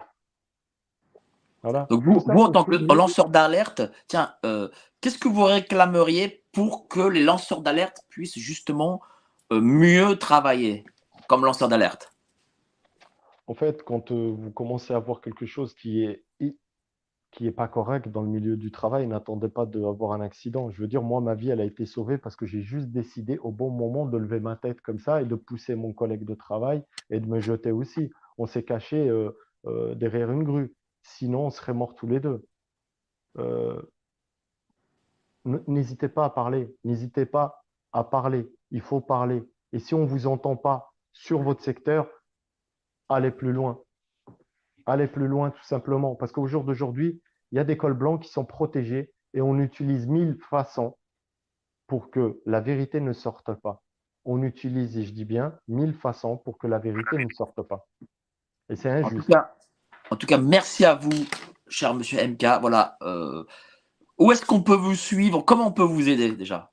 Voilà. Donc Tout vous, ça vous en pour tant que que lanceur d'alerte, tiens, euh, qu'est-ce que vous réclameriez pour que les lanceurs d'alerte puissent justement euh, mieux travailler comme lanceurs d'alerte? en fait, quand euh, vous commencez à voir quelque chose qui est qui est pas correct dans le milieu du travail, n'attendez pas d'avoir un accident. Je veux dire, moi, ma vie, elle a été sauvée parce que j'ai juste décidé au bon moment de lever ma tête comme ça et de pousser mon collègue de travail et de me jeter aussi. On s'est caché euh, euh, derrière une grue. Sinon, on serait morts tous les deux. Euh, n- N'hésitez pas à parler. N'hésitez pas. à parler. Il faut parler. Et si on ne vous entend pas sur votre secteur, allez plus loin. Allez plus loin tout simplement. Parce qu'au jour d'aujourd'hui, il y a des cols blancs qui sont protégés et on utilise mille façons pour que la vérité ne sorte pas. On utilise, et je dis bien, mille façons pour que la vérité ne sorte pas. Et c'est En tout injuste. cas, en tout cas, merci à vous, cher monsieur M K. Voilà. Euh, où est-ce qu'on peut vous suivre? Comment on peut vous aider déjà?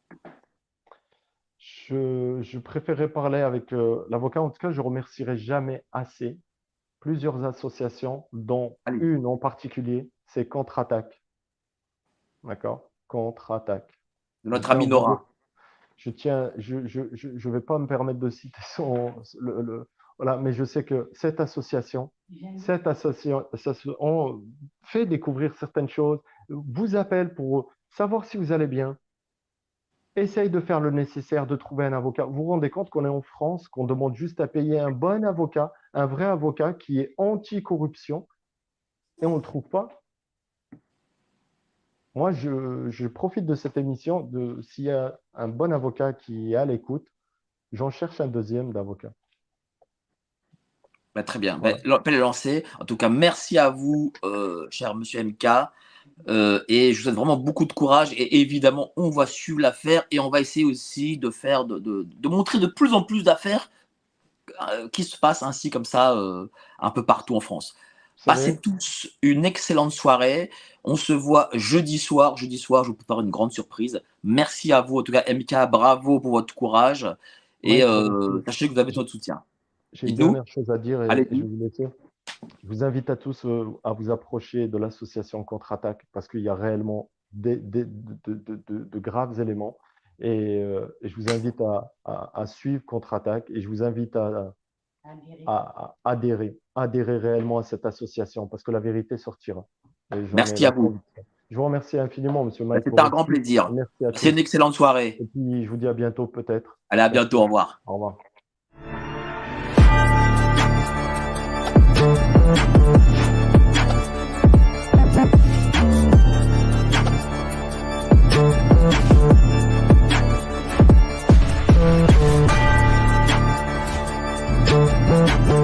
Je, je préférerais parler avec euh, l'avocat. En tout cas, je remercierai jamais assez plusieurs associations, dont Allez. une en particulier, c'est Contre-Attaque. D'accord? Contre-Attaque. De notre Je tiens ami à vous Nora. dire- Je tiens, je je, je, je vais pas me permettre de citer son, le, le- voilà, mais je sais que cette association, cette association, association on fait découvrir certaines choses, vous appelle pour savoir si vous allez bien, essaye de faire le nécessaire, de trouver un avocat. Vous vous rendez compte qu'on est en France, qu'on demande juste à payer un bon avocat, un vrai avocat qui est anti-corruption, et on ne le trouve pas. Moi, je, je profite de cette émission, de s'il y a un bon avocat qui est à l'écoute, j'en cherche un deuxième d'avocat. Bah, très bien. Voilà. Bah, l'appel est lancé. En tout cas, merci à vous, euh, cher monsieur M K. Euh, et je vous souhaite vraiment beaucoup de courage. Et évidemment, on va suivre l'affaire et on va essayer aussi de faire, de, de, de montrer de plus en plus d'affaires euh, qui se passent ainsi comme ça euh, un peu partout en France. Vous savez, Passez tous une excellente soirée. On se voit jeudi soir. Jeudi soir, je vous prépare une grande surprise. Merci à vous. En tout cas, M K, bravo pour votre courage. Et Mike, euh, merci. sachez que vous avez notre soutien. J'ai une Dites-nous. dernière chose à dire et, et Allez-y. je vais vous laisser. Je vous invite à tous euh, à vous approcher de l'association Contre-Attaque parce qu'il y a réellement des, des- de, de- de- de graves éléments. Et, euh, et je vous invite à, à- à suivre Contre-Attaque et je vous invite à, à- à adhérer, adhérer réellement à cette association parce que la vérité sortira. Et j'en ai Merci la à vous. conviction. Je vous remercie infiniment, Monsieur Bah, Mike. C'était pour un votre grand suite. plaisir. Merci à C'est une tous. excellente soirée. Et puis, je vous dis à bientôt peut-être. Allez, à Merci. bientôt. Au revoir. Au revoir. Thank you.